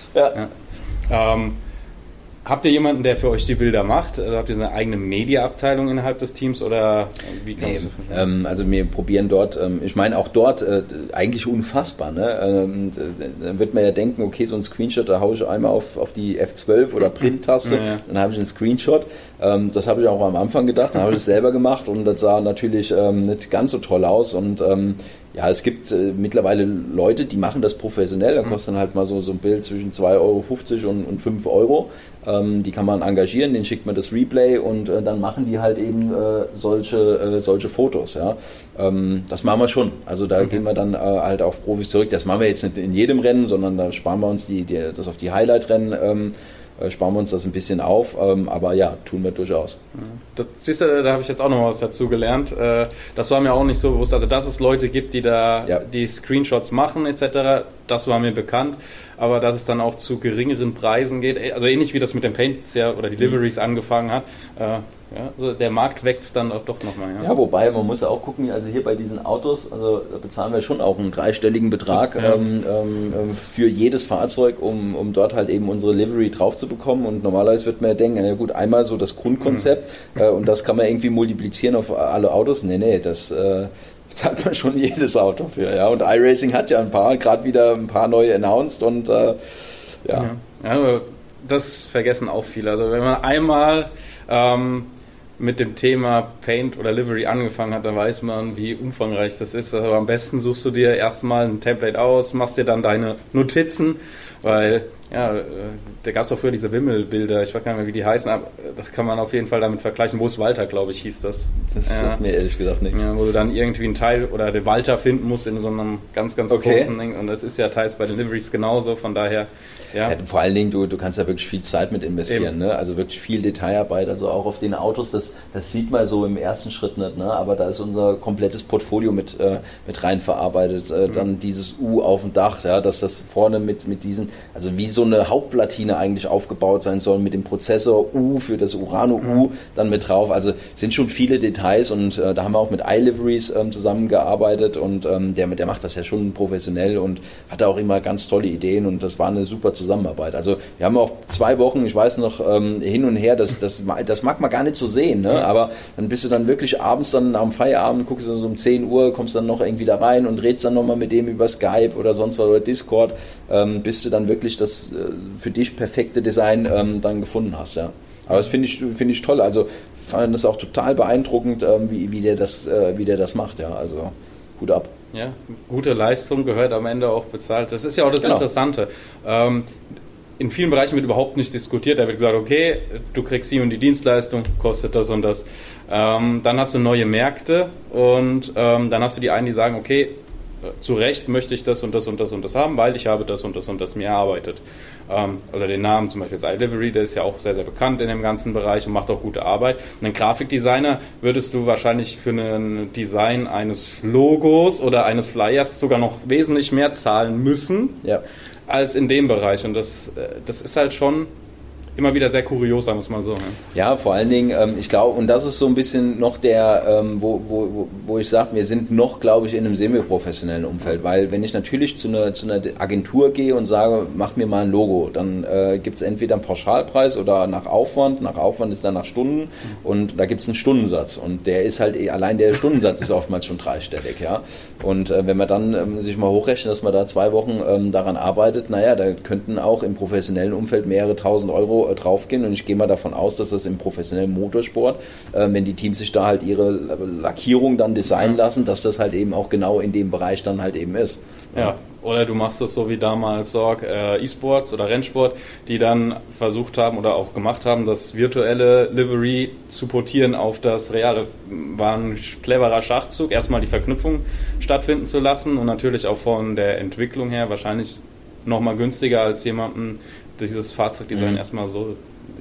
Ja. Ja. Ähm, habt ihr jemanden, der für euch die Bilder macht? Also habt ihr eine eigene Media-Abteilung innerhalb des Teams oder wie kann nee, man das ähm, Also wir probieren dort, ähm, ich meine auch dort äh, eigentlich unfassbar. Ne? Ähm, dann wird man ja denken, okay, so ein Screenshot, da haue ich einmal auf, auf die F zwölf oder Print-Taste, ja, ja. Dann habe ich einen Screenshot. Ähm, das habe ich auch am Anfang gedacht, dann habe ich es selber gemacht und das sah natürlich ähm, nicht ganz so toll aus und ähm, ja, es gibt äh, mittlerweile Leute, die machen das professionell, da kostet dann halt mal so, so ein Bild zwischen zwei Euro fünfzig und, und fünf Euro. Ähm, die kann man engagieren, denen schickt man das Replay und äh, dann machen die halt eben äh, solche, äh, solche Fotos. Ja. Ähm, das machen wir schon. Also da okay. gehen wir dann äh, halt auf Profis zurück. Das machen wir jetzt nicht in jedem Rennen, sondern da sparen wir uns die, die, das auf die Highlight-Rennen. Ähm, sparen wir uns das ein bisschen auf, ähm, aber ja, tun wir durchaus. Das, siehst du, da habe ich jetzt auch noch was dazu gelernt. Äh, das war mir auch nicht so bewusst, also dass es Leute gibt, die da ja. die Screenshots machen et cetera, das war mir bekannt, aber dass es dann auch zu geringeren Preisen geht, also ähnlich wie das mit den Paints ja, oder die Liveries mhm. angefangen hat, äh, ja, also der Markt wächst dann auch doch nochmal. Ja. ja, wobei, man muss ja auch gucken, also hier bei diesen Autos, also da bezahlen wir schon auch einen dreistelligen Betrag ja. ähm, ähm, für jedes Fahrzeug, um, um dort halt eben unsere Livery drauf zu bekommen und normalerweise wird man ja denken, ja gut, einmal so das Grundkonzept mhm. äh, und das kann man irgendwie multiplizieren auf alle Autos. Nee, nee, das äh, bezahlt man schon jedes Auto für. Ja. Und iRacing hat ja ein paar, gerade wieder ein paar neue announced und äh, ja. ja. ja. Das vergessen auch viele. Also wenn man einmal ähm, mit dem Thema Paint oder Livery angefangen hat, dann weiß man, wie umfangreich das ist. Also am besten suchst du dir erstmal ein Template aus, machst dir dann deine Notizen, weil ja, da gab es auch früher diese Wimmelbilder, ich weiß gar nicht mehr, wie die heißen, aber das kann man auf jeden Fall damit vergleichen. Wo ist Walter, glaube ich, hieß das. Das ja. sagt mir ehrlich gesagt nichts. Ja, wo du dann irgendwie einen Teil oder den Walter finden musst in so einem ganz, ganz okay. großen Ding. Und das ist ja teils bei den Liveries genauso, von daher, ja. ja vor allen Dingen, du, du kannst ja wirklich viel Zeit mit investieren, ne? Also wirklich viel Detailarbeit, also auch auf den Autos, das, das sieht man so im ersten Schritt nicht, ne? Aber da ist unser komplettes Portfolio mit, äh, mit rein verarbeitet. Äh, mhm. Dann dieses U auf dem Dach, ja, dass das vorne mit, mit diesen, also wie so eine Hauptplatine eigentlich aufgebaut sein soll, mit dem Prozessor U für das Urano U mhm. dann mit drauf. Also sind schon viele Details und äh, da haben wir auch mit iLiveries ähm, zusammengearbeitet und ähm, der, der macht das ja schon professionell und hat auch immer ganz tolle Ideen und das war eine super Zusammenarbeit. Also wir haben auch zwei Wochen, ich weiß noch, ähm, hin und her, das, das, das mag man gar nicht so sehen, ne? Aber dann bist du dann wirklich abends dann am Feierabend, guckst du so um zehn Uhr, kommst dann noch irgendwie da rein und redest dann nochmal mit dem über Skype oder sonst was oder Discord, ähm, bis du dann wirklich das äh, für dich perfekte Design ähm, dann gefunden hast, ja. Aber das finde ich, finde ich toll, also fand das auch total beeindruckend, ähm, wie, wie, der das, äh, wie der das macht, ja, also Hut ab. Ja, gute Leistung gehört am Ende auch bezahlt. Das ist ja auch das genau. Interessante. Ähm, in vielen Bereichen wird überhaupt nicht diskutiert. Da wird gesagt, okay, du kriegst die und die Dienstleistung, kostet das und das. Ähm, dann hast du neue Märkte und ähm, dann hast du die einen, die sagen, okay, zu Recht möchte ich das und das und das und das haben, weil ich habe das und das und das mir erarbeitet. Ähm, oder den Namen, zum Beispiel jetzt iLivery, der ist ja auch sehr, sehr bekannt in dem ganzen Bereich und macht auch gute Arbeit. Einen Grafikdesigner würdest du wahrscheinlich für ein Design eines Logos oder eines Flyers sogar noch wesentlich mehr zahlen müssen, ja. als in dem Bereich. Und das, das ist halt schon immer wieder sehr kurios, sagen wir es mal so. Ja, ja vor allen Dingen, ähm, ich glaube, und das ist so ein bisschen noch der, ähm, wo, wo, wo ich sage, wir sind noch, glaube ich, in einem semi-professionellen Umfeld, weil wenn ich natürlich zu einer, zu einer Agentur gehe und sage, mach mir mal ein Logo, dann äh, gibt es entweder einen Pauschalpreis oder nach Aufwand, nach Aufwand ist dann nach Stunden mhm. und da gibt es einen Stundensatz und der ist halt, allein der Stundensatz ist oftmals schon dreistellig, ja. Und äh, wenn man dann ähm, sich mal hochrechnet, dass man da zwei Wochen ähm, daran arbeitet, naja, da könnten auch im professionellen Umfeld mehrere tausend Euro draufgehen und ich gehe mal davon aus, dass das im professionellen Motorsport, äh, wenn die Teams sich da halt ihre Lackierung dann designen lassen, dass das halt eben auch genau in dem Bereich dann halt eben ist. Ja, oder du machst das so wie damals Sorg äh, E-Sports oder Rennsport, die dann versucht haben oder auch gemacht haben, das virtuelle Livery zu portieren auf das reale. War ein cleverer Schachzug, erstmal die Verknüpfung stattfinden zu lassen und natürlich auch von der Entwicklung her wahrscheinlich nochmal günstiger als jemanden dieses Fahrzeugdesign mhm. erstmal so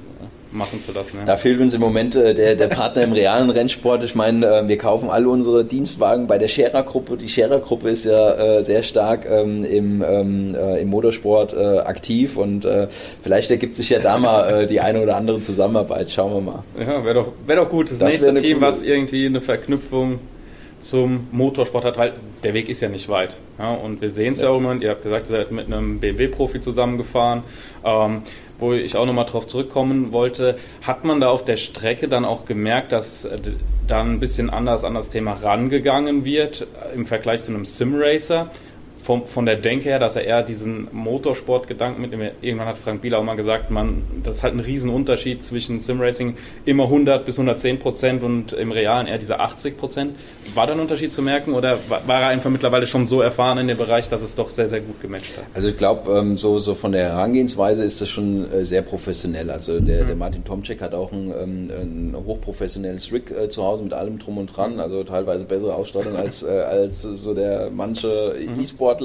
machen zu lassen. Ja. Da fehlt uns im Moment äh, der, der Partner im realen Rennsport. Ich meine, äh, wir kaufen alle unsere Dienstwagen bei der Scherer-Gruppe. Die Scherer-Gruppe ist ja äh, sehr stark ähm, im, ähm, äh, im Motorsport äh, aktiv und äh, vielleicht ergibt sich ja da mal äh, die eine oder andere Zusammenarbeit. Schauen wir mal. Ja, wäre doch, wär doch gut. Das, das nächste Team, was irgendwie eine Verknüpfung zum Motorsport hat, weil der Weg ist ja nicht weit. Ja, und wir sehen es ja. ja auch immer, ihr habt gesagt, ihr seid mit einem B M W-Profi zusammengefahren, ähm, wo ich auch nochmal drauf zurückkommen wollte. Hat man da auf der Strecke dann auch gemerkt, dass äh, dann ein bisschen anders an das Thema rangegangen wird äh, im Vergleich zu einem Simracer? Von, von der Denke her, dass er eher diesen Motorsportgedanken mitnimmt. Irgendwann hat Frank Bieler auch mal gesagt, man, das ist halt ein Riesenunterschied zwischen Simracing immer hundert bis hundertzehn Prozent und im Realen eher diese achtzig Prozent. War da ein Unterschied zu merken oder war er einfach mittlerweile schon so erfahren in dem Bereich, dass es doch sehr, sehr gut gematcht hat? Also ich glaube, so, so von der Herangehensweise ist das schon sehr professionell. Also der, mhm. der Martin Tomczyk hat auch ein, ein hochprofessionelles Rig zu Hause mit allem drum und dran, also teilweise bessere Ausstattung als, als so der manche mhm. E-Sport.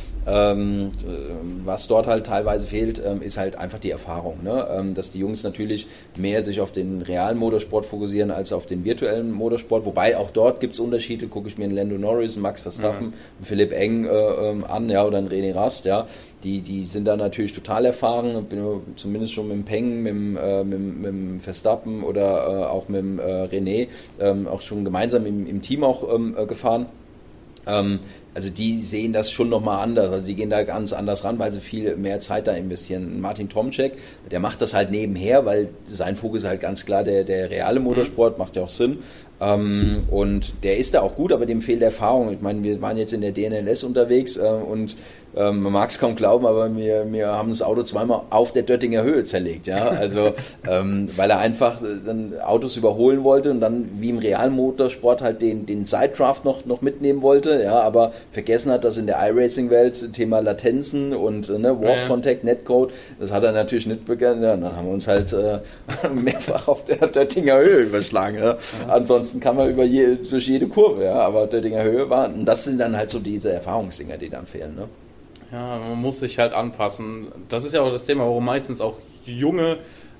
Ähm, was dort halt teilweise fehlt, ähm, ist halt einfach die Erfahrung, ne? ähm, dass die Jungs natürlich mehr sich auf den realen Motorsport fokussieren als auf den virtuellen Motorsport, wobei auch dort gibt es Unterschiede, gucke ich mir einen Lando Norris, einen Max Verstappen, mhm. einen Philipp Eng äh, ähm, an, ja, oder einen René Rast, ja, die, die sind da natürlich total erfahren, bin zumindest schon mit dem Peng, mit dem, äh, mit, mit dem Verstappen oder äh, auch mit dem äh, René ähm, auch schon gemeinsam im, im Team auch ähm, äh, gefahren. Ähm, Also die sehen das schon nochmal anders, also die gehen da ganz anders ran, weil sie viel mehr Zeit da investieren. Martin Tomczyk, der macht das halt nebenher, weil sein Fokus ist halt ganz klar der, der reale Motorsport, macht ja auch Sinn. Ähm, und der ist da auch gut, aber dem fehlt Erfahrung. Ich meine, wir waren jetzt in der D N L S unterwegs äh, und ähm, man mag es kaum glauben, aber wir, wir haben das Auto zweimal auf der Döttinger Höhe zerlegt. Ja? Also, ähm, weil er einfach dann Autos überholen wollte und dann wie im realen Motorsport halt den, den Sidedraft noch, noch mitnehmen wollte, ja, aber vergessen hat, dass in der iRacing-Welt Thema Latenzen und äh, ne, Warp Contact, Netcode, das hat er natürlich nicht begangen. Ja, dann haben wir uns halt äh, mehrfach auf der Döttinger Höhe überschlagen. Ja? Ja. Ansonsten kann man über je, durch jede Kurve, ja, aber Döttinger Höhe war, und das sind dann halt so diese Erfahrungsdinger, die dann fehlen. Ne? Ja, man muss sich halt anpassen. Das ist ja auch das Thema, warum meistens auch junge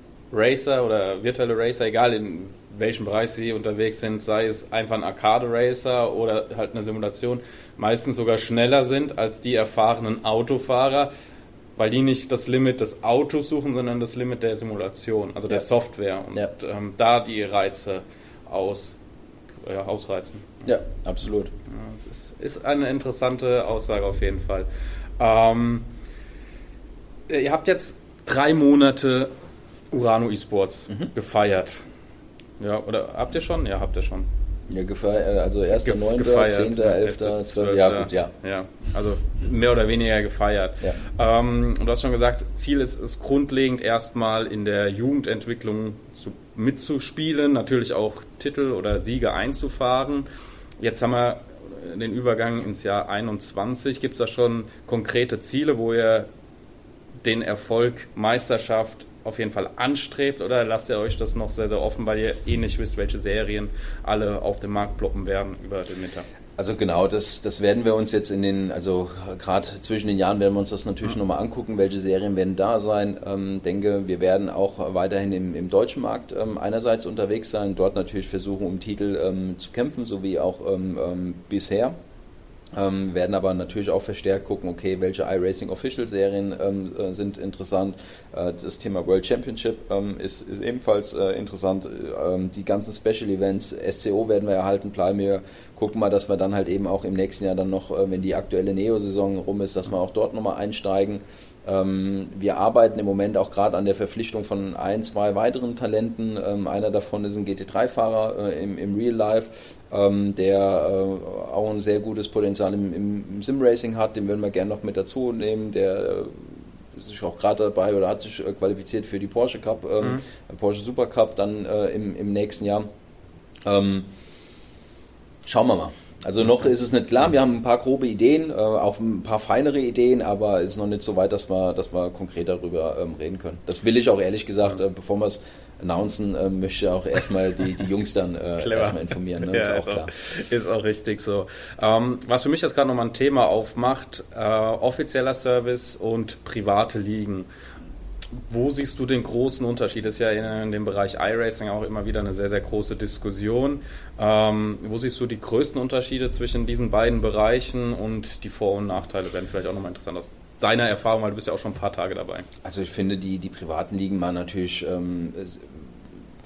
Racer oder virtuelle Racer, egal in welchem Bereich sie unterwegs sind, sei es einfach ein Arcade-Racer oder halt eine Simulation, meistens sogar schneller sind als die erfahrenen Autofahrer, weil die nicht das Limit des Autos suchen, sondern das Limit der Simulation, also der ja. Software und ja. ähm, da die Reize aus, äh, ausreizen. Ja, absolut. Ja, das ist, ist eine interessante Aussage auf jeden Fall. Ähm, ihr habt jetzt drei Monate Urano eSports mhm. gefeiert. Ja, oder habt ihr schon? Ja, habt ihr schon. Ja, gefeiert, also erster neunter zehnter elfter zwölfter Ja, gut, ja. Ja, also mehr oder weniger gefeiert. Ja. Ähm, und du hast schon gesagt, Ziel ist es grundlegend erstmal in der Jugendentwicklung zu, mitzuspielen, natürlich auch Titel oder Siege einzufahren. Jetzt haben wir den Übergang ins Jahr einundzwanzig. Gibt es da schon konkrete Ziele, wo ihr den Erfolg Meisterschaft auf jeden Fall anstrebt, oder lasst ihr euch das noch sehr, sehr offen, weil ihr eh nicht wisst, welche Serien alle auf den Markt ploppen werden über den Mittag? Also genau, das, das werden wir uns jetzt in den, also gerade zwischen den Jahren werden wir uns das natürlich mhm. nochmal angucken, welche Serien werden da sein. Ähm, denke, wir werden auch weiterhin im, im deutschen Markt ähm, einerseits unterwegs sein, dort natürlich versuchen, um Titel ähm, zu kämpfen, so wie auch ähm, ähm, bisher. Ähm, werden aber natürlich auch verstärkt gucken, okay, welche iRacing Official Serien ähm, äh, sind interessant. Äh, das Thema World Championship ähm, ist, ist ebenfalls äh, interessant. Ähm, die ganzen Special Events, S C O werden wir erhalten bleiben. Wir gucken mal, dass wir dann halt eben auch im nächsten Jahr dann noch, äh, wenn die aktuelle Neo-Saison rum ist, dass wir auch dort nochmal einsteigen. Ähm, wir arbeiten im Moment auch gerade an der Verpflichtung von ein, zwei weiteren Talenten. Ähm, einer davon ist ein G T drei Fahrer äh, im, im Real Life, ähm, der äh, auch ein sehr gutes Potenzial im, im Sim-Racing hat. Den würden wir gerne noch mit dazu nehmen. Der äh, ist sich auch gerade dabei oder hat sich äh, qualifiziert für die Porsche Cup, ähm, mhm. Porsche Super Cup dann äh, im, im nächsten Jahr. Ähm, schauen wir mal. Also noch ist es nicht klar, wir haben ein paar grobe Ideen, äh, auch ein paar feinere Ideen, aber es ist noch nicht so weit, dass wir, dass wir konkret darüber ähm, reden können. Das will ich auch ehrlich gesagt, äh, bevor wir es announcen, äh, möchte ich auch erstmal die, die Jungs dann äh, erstmal informieren. Ne? Ja, ist, auch ist, auch, ist auch richtig so. Ähm, was für mich jetzt gerade nochmal ein Thema aufmacht, äh, offizieller Service und private Ligen. Wo siehst du den großen Unterschied? Das ist ja in, in dem Bereich iRacing auch immer wieder eine sehr, sehr große Diskussion. Ähm, wo siehst du die größten Unterschiede zwischen diesen beiden Bereichen und die Vor- und Nachteile werden vielleicht auch nochmal interessant aus deiner Erfahrung, weil du bist ja auch schon ein paar Tage dabei. Also ich finde, die, die privaten Ligen machen natürlich ähm,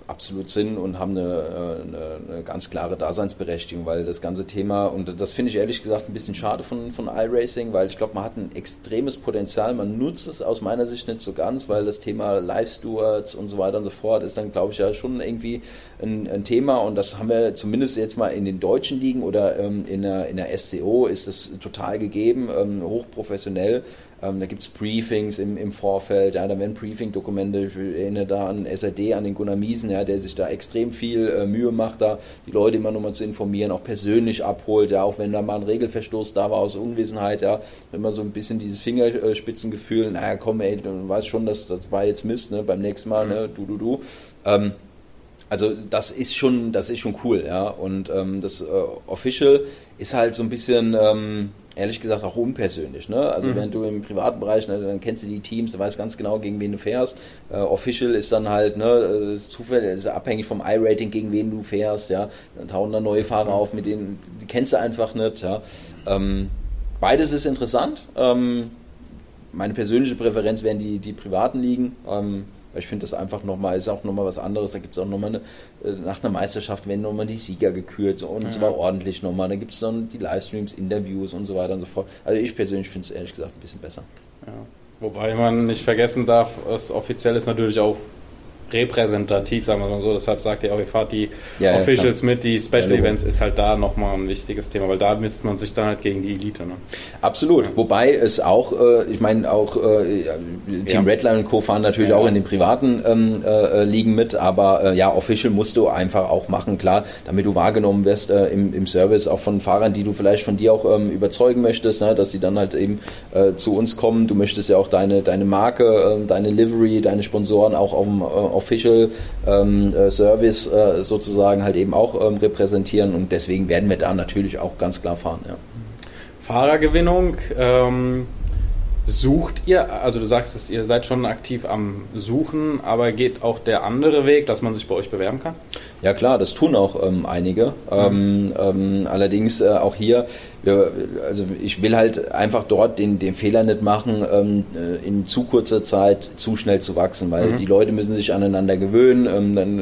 absolut Sinn und haben eine, eine, eine ganz klare Daseinsberechtigung, weil das ganze Thema, und das finde ich ehrlich gesagt ein bisschen schade von, von iRacing, weil ich glaube, man hat ein extremes Potenzial, man nutzt es aus meiner Sicht nicht so ganz, weil das Thema Live-Stewards und so weiter und so fort ist dann, glaube ich, ja schon irgendwie ein, ein Thema, und das haben wir zumindest jetzt mal in den deutschen Ligen oder ähm, in, der, in der S C O ist das total gegeben, ähm, hochprofessionell. Ähm, da gibt es Briefings im, im Vorfeld, ja, da werden Briefing-Dokumente, ich erinnere da an S R D, an den Gunnar Miesen, ja, der sich da extrem viel äh, Mühe macht, da die Leute immer nochmal zu informieren, auch persönlich abholt, ja, auch wenn da mal ein Regelverstoß da war aus Unwissenheit, ja, immer so ein bisschen dieses Fingerspitzengefühl, naja, komm, ey, du weißt schon, das, das war jetzt Mist, ne, beim nächsten Mal, ne, du, du, du. Ähm, also das ist schon, das ist schon cool, ja, und ähm, das äh, Official ist halt so ein bisschen, ähm, ehrlich gesagt auch unpersönlich, ne? Also mhm. wenn du im privaten Bereich, ne, dann kennst du die Teams, du weißt ganz genau, gegen wen du fährst. Äh, Official ist dann halt, ne, das ist zufällig, das ist abhängig vom I-Rating, gegen wen du fährst, ja. Dann tauchen da neue Fahrer auf, mit denen, die kennst du einfach nicht, ja. Ähm, beides ist interessant. Ähm, meine persönliche Präferenz wären die, die privaten Ligen. Ähm, Ich finde das einfach nochmal, ist auch nochmal was anderes. Da gibt es auch nochmal eine, nach einer Meisterschaft werden nochmal die Sieger gekürt und ja. zwar ordentlich nochmal. Da gibt es dann die Livestreams, Interviews und so weiter und so fort. Also ich persönlich finde es ehrlich gesagt ein bisschen besser. Ja. Wobei man nicht vergessen darf, das offiziell ist natürlich auch repräsentativ, sagen wir mal so. Deshalb sagt ihr auch, ihr fahrt die ja, Officials ja, mit, die Special ja, Events ist halt da nochmal ein wichtiges Thema, weil da misst man sich dann halt gegen die Elite. Ne? Absolut, ja. Wobei es auch, äh, ich meine auch äh, Team ja. Redline und Co. fahren natürlich ja, auch ja. in den privaten ähm, äh, Ligen mit, aber äh, ja, Official musst du einfach auch machen, klar, damit du wahrgenommen wirst äh, im, im Service, auch von Fahrern, die du vielleicht von dir auch ähm, überzeugen möchtest, ne, dass die dann halt eben äh, zu uns kommen. Du möchtest ja auch deine, deine Marke, äh, deine Livery, deine Sponsoren auch auf dem äh, Official ähm, Service äh, sozusagen halt eben auch ähm, repräsentieren, und deswegen werden wir da natürlich auch ganz klar fahren. Ja. Fahrergewinnung, ähm, sucht ihr, also du sagst, dass ihr seid schon aktiv am Suchen, aber geht auch der andere Weg, dass man sich bei euch bewerben kann? Ja klar, das tun auch ähm, einige. Mhm. Ähm, ähm, allerdings äh, auch hier, wir, also ich will halt einfach dort den, den Fehler nicht machen, ähm, in zu kurzer Zeit zu schnell zu wachsen, weil mhm. die Leute müssen sich aneinander gewöhnen. Ähm, dann,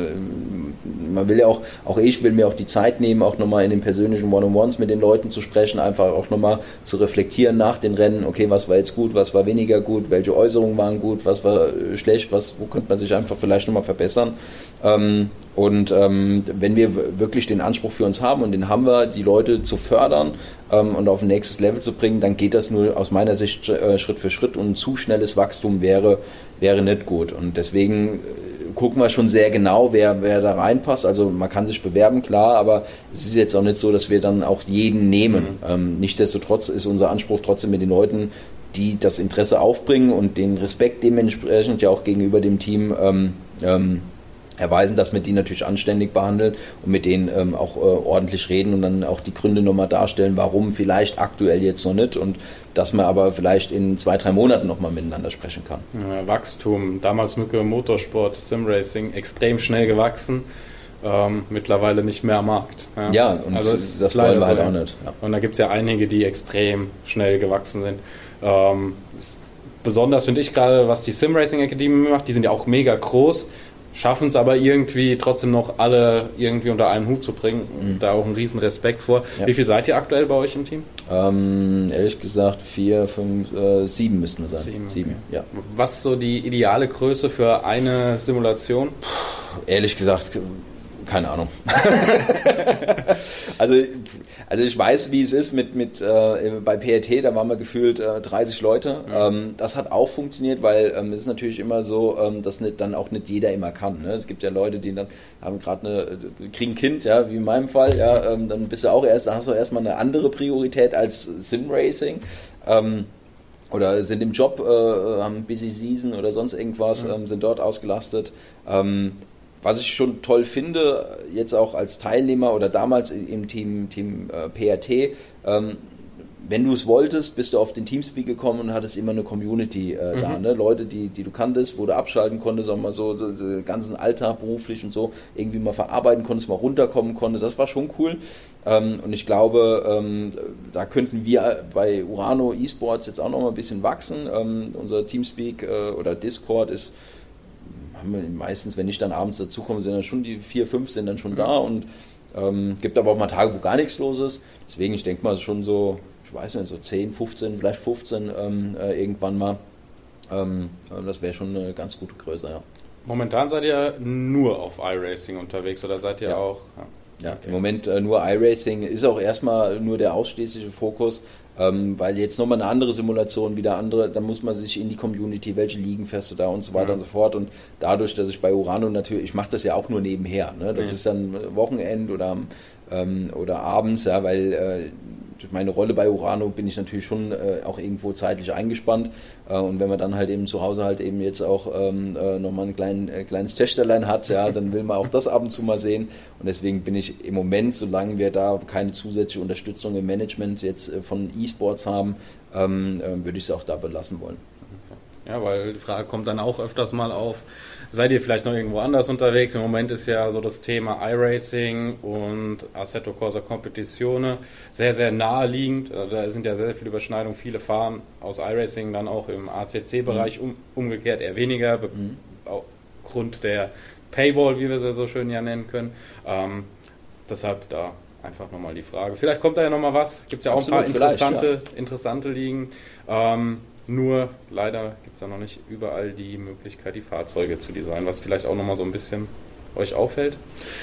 man will ja auch, auch ich will mir auch die Zeit nehmen, auch nochmal in den persönlichen One-on-Ones mit den Leuten zu sprechen, einfach auch nochmal zu reflektieren nach den Rennen, okay, was war jetzt gut, was war weniger gut, welche Äußerungen waren gut, was war schlecht, was, wo könnte man sich einfach vielleicht nochmal verbessern. Ähm, und ähm, wenn wir wirklich den Anspruch für uns haben, und den haben wir, die Leute zu fördern ähm, und auf ein nächstes Level zu bringen, dann geht das nur aus meiner Sicht äh, Schritt für Schritt, und ein zu schnelles Wachstum wäre, wäre nicht gut. Und deswegen äh, gucken wir schon sehr genau, wer, wer da reinpasst. Also man kann sich bewerben, klar, aber es ist jetzt auch nicht so, dass wir dann auch jeden nehmen. Mhm. Ähm, nichtsdestotrotz ist unser Anspruch trotzdem mit den Leuten, die das Interesse aufbringen und den Respekt dementsprechend ja auch gegenüber dem Team ähm, ähm, erweisen, dass wir die natürlich anständig behandeln und mit denen ähm, auch äh, ordentlich reden und dann auch die Gründe nochmal darstellen, warum vielleicht aktuell jetzt noch nicht, und dass man aber vielleicht in zwei, drei Monaten nochmal miteinander sprechen kann. Ja, Wachstum, damals mit Motorsport, Simracing, extrem schnell gewachsen, ähm, mittlerweile nicht mehr am Markt. Ja, ja, und also das, das wollen wir halt so, auch nicht. Ja. Und da gibt es ja einige, die extrem schnell gewachsen sind. Ähm, besonders finde ich gerade, was die Simracing Academy macht, die sind ja auch mega groß, schaffen es aber irgendwie trotzdem noch alle irgendwie unter einen Hut zu bringen. Mhm. Da auch einen riesen Respekt vor. Ja. Wie viel seid ihr aktuell bei euch im Team? Ähm, ehrlich gesagt vier, fünf, äh, sieben müssten wir sein. Sieben, sieben okay. Ja. Was ist so die ideale Größe für eine Simulation? Puh, ehrlich gesagt, keine Ahnung. also, also ich weiß, wie es ist mit, mit äh, bei P R T, da waren wir gefühlt äh, dreißig Leute. Ja. Ähm, das hat auch funktioniert, weil ähm, es ist natürlich immer so, ähm, dass nicht, dann auch nicht jeder immer kann. Ne? Es gibt ja Leute, die dann haben gerade eine, kriegen ein Kind, ja, wie in meinem Fall, ja, ähm, dann bist du auch erst, da hast du erstmal eine andere Priorität als Simracing. Ähm, oder sind im Job, äh, haben Busy Season oder sonst irgendwas, ja. ähm, sind dort ausgelastet. Ähm, Was ich schon toll finde, jetzt auch als Teilnehmer oder damals im Team, Team äh, P R T, ähm, wenn du es wolltest, bist du auf den Teamspeak gekommen und hattest immer eine Community äh, mhm. da, ne? Leute, die, die du kanntest, wo du abschalten konntest, auch mal so, so, so den ganzen Alltag beruflich und so irgendwie mal verarbeiten konntest, mal runterkommen konntest, das war schon cool. Ähm, und ich glaube, ähm, da könnten wir bei Urano eSports jetzt auch noch mal ein bisschen wachsen. Ähm, unser Teamspeak äh, oder Discord ist haben wir meistens, wenn ich dann abends dazukomme, sind dann schon die vier, fünf sind dann schon da und ähm, gibt aber auch mal Tage, wo gar nichts los ist. Deswegen, ich denke mal schon so, ich weiß nicht, so zehn, fünfzehn, vielleicht fünfzehn ähm, äh, irgendwann mal. Ähm, das wäre schon eine ganz gute Größe, ja. Momentan seid ihr nur auf iRacing unterwegs oder seid ihr ja. auch... Ja. Ja, okay. Im Moment äh, nur iRacing ist auch erstmal nur der ausschließliche Fokus, ähm, weil jetzt nochmal eine andere Simulation, wieder andere, dann muss man sich in die Community, welche Ligen fährst du da und so weiter mhm. und so fort und dadurch, dass ich bei Urano natürlich, ich mache das ja auch nur nebenher, ne? Das mhm. ist dann Wochenend oder, ähm, oder abends, ja, weil äh, durch meine Rolle bei Urano bin ich natürlich schon äh, auch irgendwo zeitlich eingespannt äh, und wenn man dann halt eben zu Hause halt eben jetzt auch ähm, äh, nochmal ein klein, äh, kleines Töchterlein hat, ja, dann will man auch das ab und zu mal sehen und deswegen bin ich im Moment, solange wir da keine zusätzliche Unterstützung im Management jetzt äh, von E-Sports haben, ähm, äh, würde ich es auch da belassen wollen. Ja, weil die Frage kommt dann auch öfters mal auf, seid ihr vielleicht noch irgendwo anders unterwegs? Im Moment ist ja so das Thema iRacing und Assetto Corsa Competizione sehr, sehr naheliegend. Da sind ja sehr viele Überschneidungen. Viele fahren aus iRacing dann auch im A C C-Bereich, um, umgekehrt eher weniger, mhm. aufgrund der Paywall, wie wir sie so schön ja nennen können. Ähm, deshalb da einfach nochmal die Frage. Vielleicht kommt da ja nochmal was. Gibt es ja auch Absolut, ein paar interessante, ja. interessante Ligen. Ähm, Nur leider gibt es da noch nicht überall die Möglichkeit, die Fahrzeuge zu designen, was vielleicht auch nochmal so ein bisschen euch auffällt.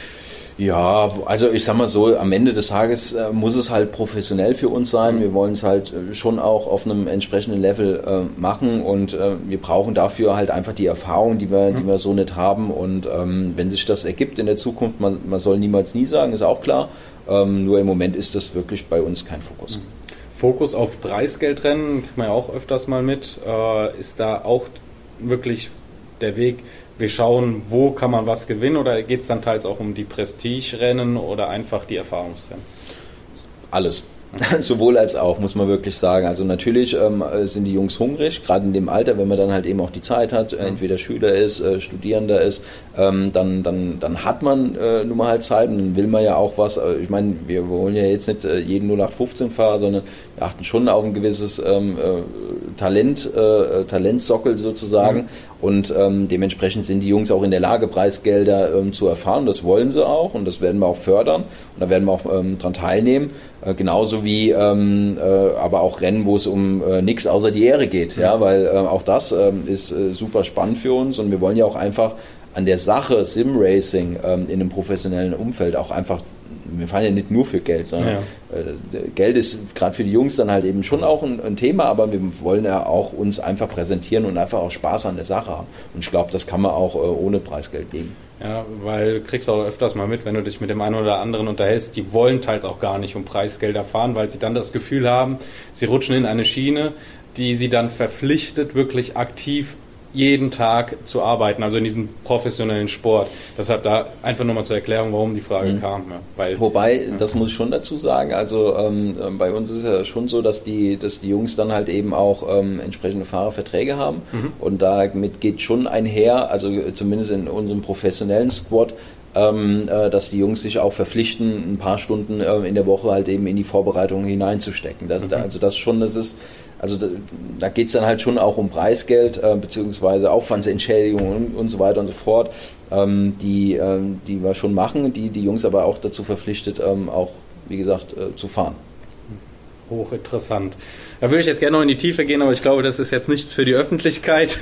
Ja, also ich sag mal so, am Ende des Tages äh, muss es halt professionell für uns sein. Wir wollen es halt äh, schon auch auf einem entsprechenden Level äh, machen und äh, wir brauchen dafür halt einfach die Erfahrung, die wir, mhm. die wir so nicht haben. Und ähm, wenn sich das ergibt in der Zukunft, man, man soll niemals nie sagen, ist auch klar. Ähm, nur im Moment ist das wirklich bei uns kein Fokus. Mhm. Fokus auf Preisgeldrennen, kriegt man ja auch öfters mal mit, äh, ist da auch wirklich der Weg, wir schauen, wo kann man was gewinnen oder geht es dann teils auch um die Prestigerennen oder einfach die Erfahrungsrennen? Alles. Sowohl als auch, muss man wirklich sagen. Also natürlich ähm, sind die Jungs hungrig, gerade in dem Alter, wenn man dann halt eben auch die Zeit hat, mhm. entweder Schüler ist, äh, Studierender ist, ähm, dann, dann, dann hat man äh, nun mal halt Zeit und dann will man ja auch was, äh, ich meine, wir wollen ja jetzt nicht äh, jeden null acht fünfzehn Fahrer, sondern wir achten schon auf ein gewisses ähm, äh, Talent, äh, Talentsockel sozusagen mhm. und ähm, dementsprechend sind die Jungs auch in der Lage, Preisgelder ähm, zu erfahren, das wollen sie auch und das werden wir auch fördern und da werden wir auch ähm, dran teilnehmen. Genauso wie ähm, äh, aber auch Rennen, wo es um äh, nichts außer die Ehre geht, ja, weil äh, auch das äh, ist äh, super spannend für uns und wir wollen ja auch einfach an der Sache Sim-Racing ähm, in einem professionellen Umfeld auch einfach, wir fahren ja nicht nur für Geld, sondern ja. äh, Geld ist gerade für die Jungs dann halt eben schon auch ein, ein Thema, aber wir wollen ja auch uns einfach präsentieren und einfach auch Spaß an der Sache haben und ich glaube, das kann man auch äh, ohne Preisgeld geben. Ja, weil du kriegst auch öfters mal mit, wenn du dich mit dem einen oder anderen unterhältst, die wollen teils auch gar nicht um Preisgelder fahren, weil sie dann das Gefühl haben, sie rutschen in eine Schiene, die sie dann verpflichtet, wirklich aktiv jeden Tag zu arbeiten, also in diesem professionellen Sport. Deshalb da einfach nochmal zur Erklärung, warum die Frage mhm. kam. Ja, weil, Wobei, ja. das muss ich schon dazu sagen, also ähm, bei uns ist es ja schon so, dass die, dass die Jungs dann halt eben auch ähm, entsprechende Fahrerverträge haben mhm. und damit geht schon einher, also zumindest in unserem professionellen Squad, ähm, äh, dass die Jungs sich auch verpflichten, ein paar Stunden äh, in der Woche halt eben in die Vorbereitung hineinzustecken. Das, mhm. da, also das schon, das ist Also da, da geht es dann halt schon auch um Preisgeld äh, beziehungsweise Aufwandsentschädigung und, und so weiter und so fort, ähm, die, ähm, die wir schon machen, die die Jungs aber auch dazu verpflichtet, ähm, auch, wie gesagt, äh, zu fahren. Hochinteressant. Da würde ich jetzt gerne noch in die Tiefe gehen, aber ich glaube, das ist jetzt nichts für die Öffentlichkeit.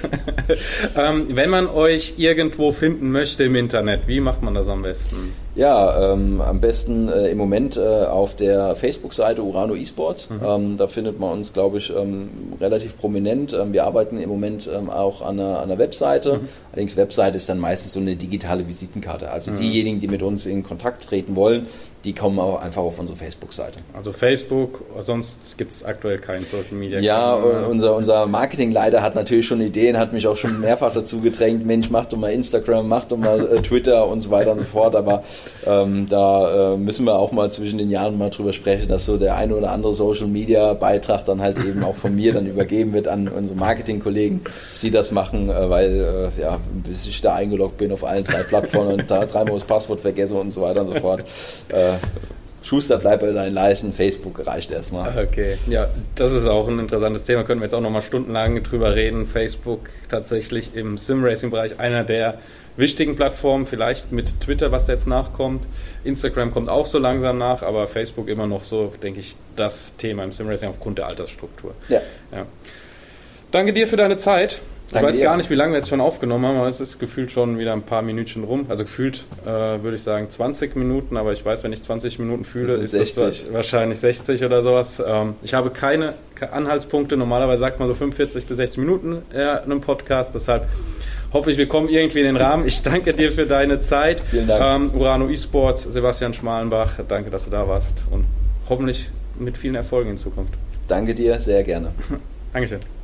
ähm, wenn man euch irgendwo finden möchte im Internet, wie macht man das am besten? Ja, ähm, am besten äh, im Moment äh, auf der Facebook-Seite Urano eSports. Mhm. Ähm, da findet man uns, glaube ich, ähm, relativ prominent. Ähm, wir arbeiten im Moment ähm, auch an einer, an einer Webseite. Mhm. Allerdings Webseite ist dann meistens so eine digitale Visitenkarte. Also mhm. diejenigen, die mit uns in Kontakt treten wollen, die kommen auch einfach auf unsere Facebook-Seite. Also Facebook, sonst gibt es aktuell keinen Social Media. Ja, unser, unser Marketingleiter hat natürlich schon Ideen, hat mich auch schon mehrfach dazu gedrängt, Mensch, mach doch mal Instagram, mach doch mal äh, Twitter und so weiter und so fort, aber ähm, da äh, müssen wir auch mal zwischen den Jahren mal drüber sprechen, dass so der eine oder andere Social-Media-Beitrag dann halt eben auch von mir dann übergeben wird an unsere Marketingkollegen, dass die das machen, äh, weil äh, ja, bis ich da eingeloggt bin auf allen drei Plattformen und da dreimal das Passwort vergesse und so weiter und so fort, äh, Schuster, bleib bei deinen Leisten, Facebook reicht erstmal. Okay, ja, das ist auch ein interessantes Thema, können wir jetzt auch nochmal stundenlang drüber reden. Facebook tatsächlich im Sim-Racing-Bereich einer der wichtigen Plattformen, vielleicht mit Twitter, was jetzt nachkommt. Instagram kommt auch so langsam nach, aber Facebook immer noch so, denke ich, das Thema im Sim-Racing aufgrund der Altersstruktur. Ja. Ja. Danke dir für deine Zeit. Ich Danke weiß dir. gar nicht, wie lange wir jetzt schon aufgenommen haben, aber es ist gefühlt schon wieder ein paar Minütchen rum. Also gefühlt äh, würde ich sagen zwanzig Minuten, aber ich weiß, wenn ich zwanzig Minuten fühle, Das ist sind sechzig. das wahrscheinlich sechzig oder sowas. Ähm, ich habe keine Anhaltspunkte. Normalerweise sagt man so fünfundvierzig bis sechzig Minuten in einem Podcast. Deshalb hoffe ich, wir kommen irgendwie in den Rahmen. Ich danke dir für deine Zeit. Vielen Dank. Ähm, Urano eSports, Sebastian Schmalenbach, danke, dass du da warst und hoffentlich mit vielen Erfolgen in Zukunft. Danke dir, sehr gerne. Dankeschön.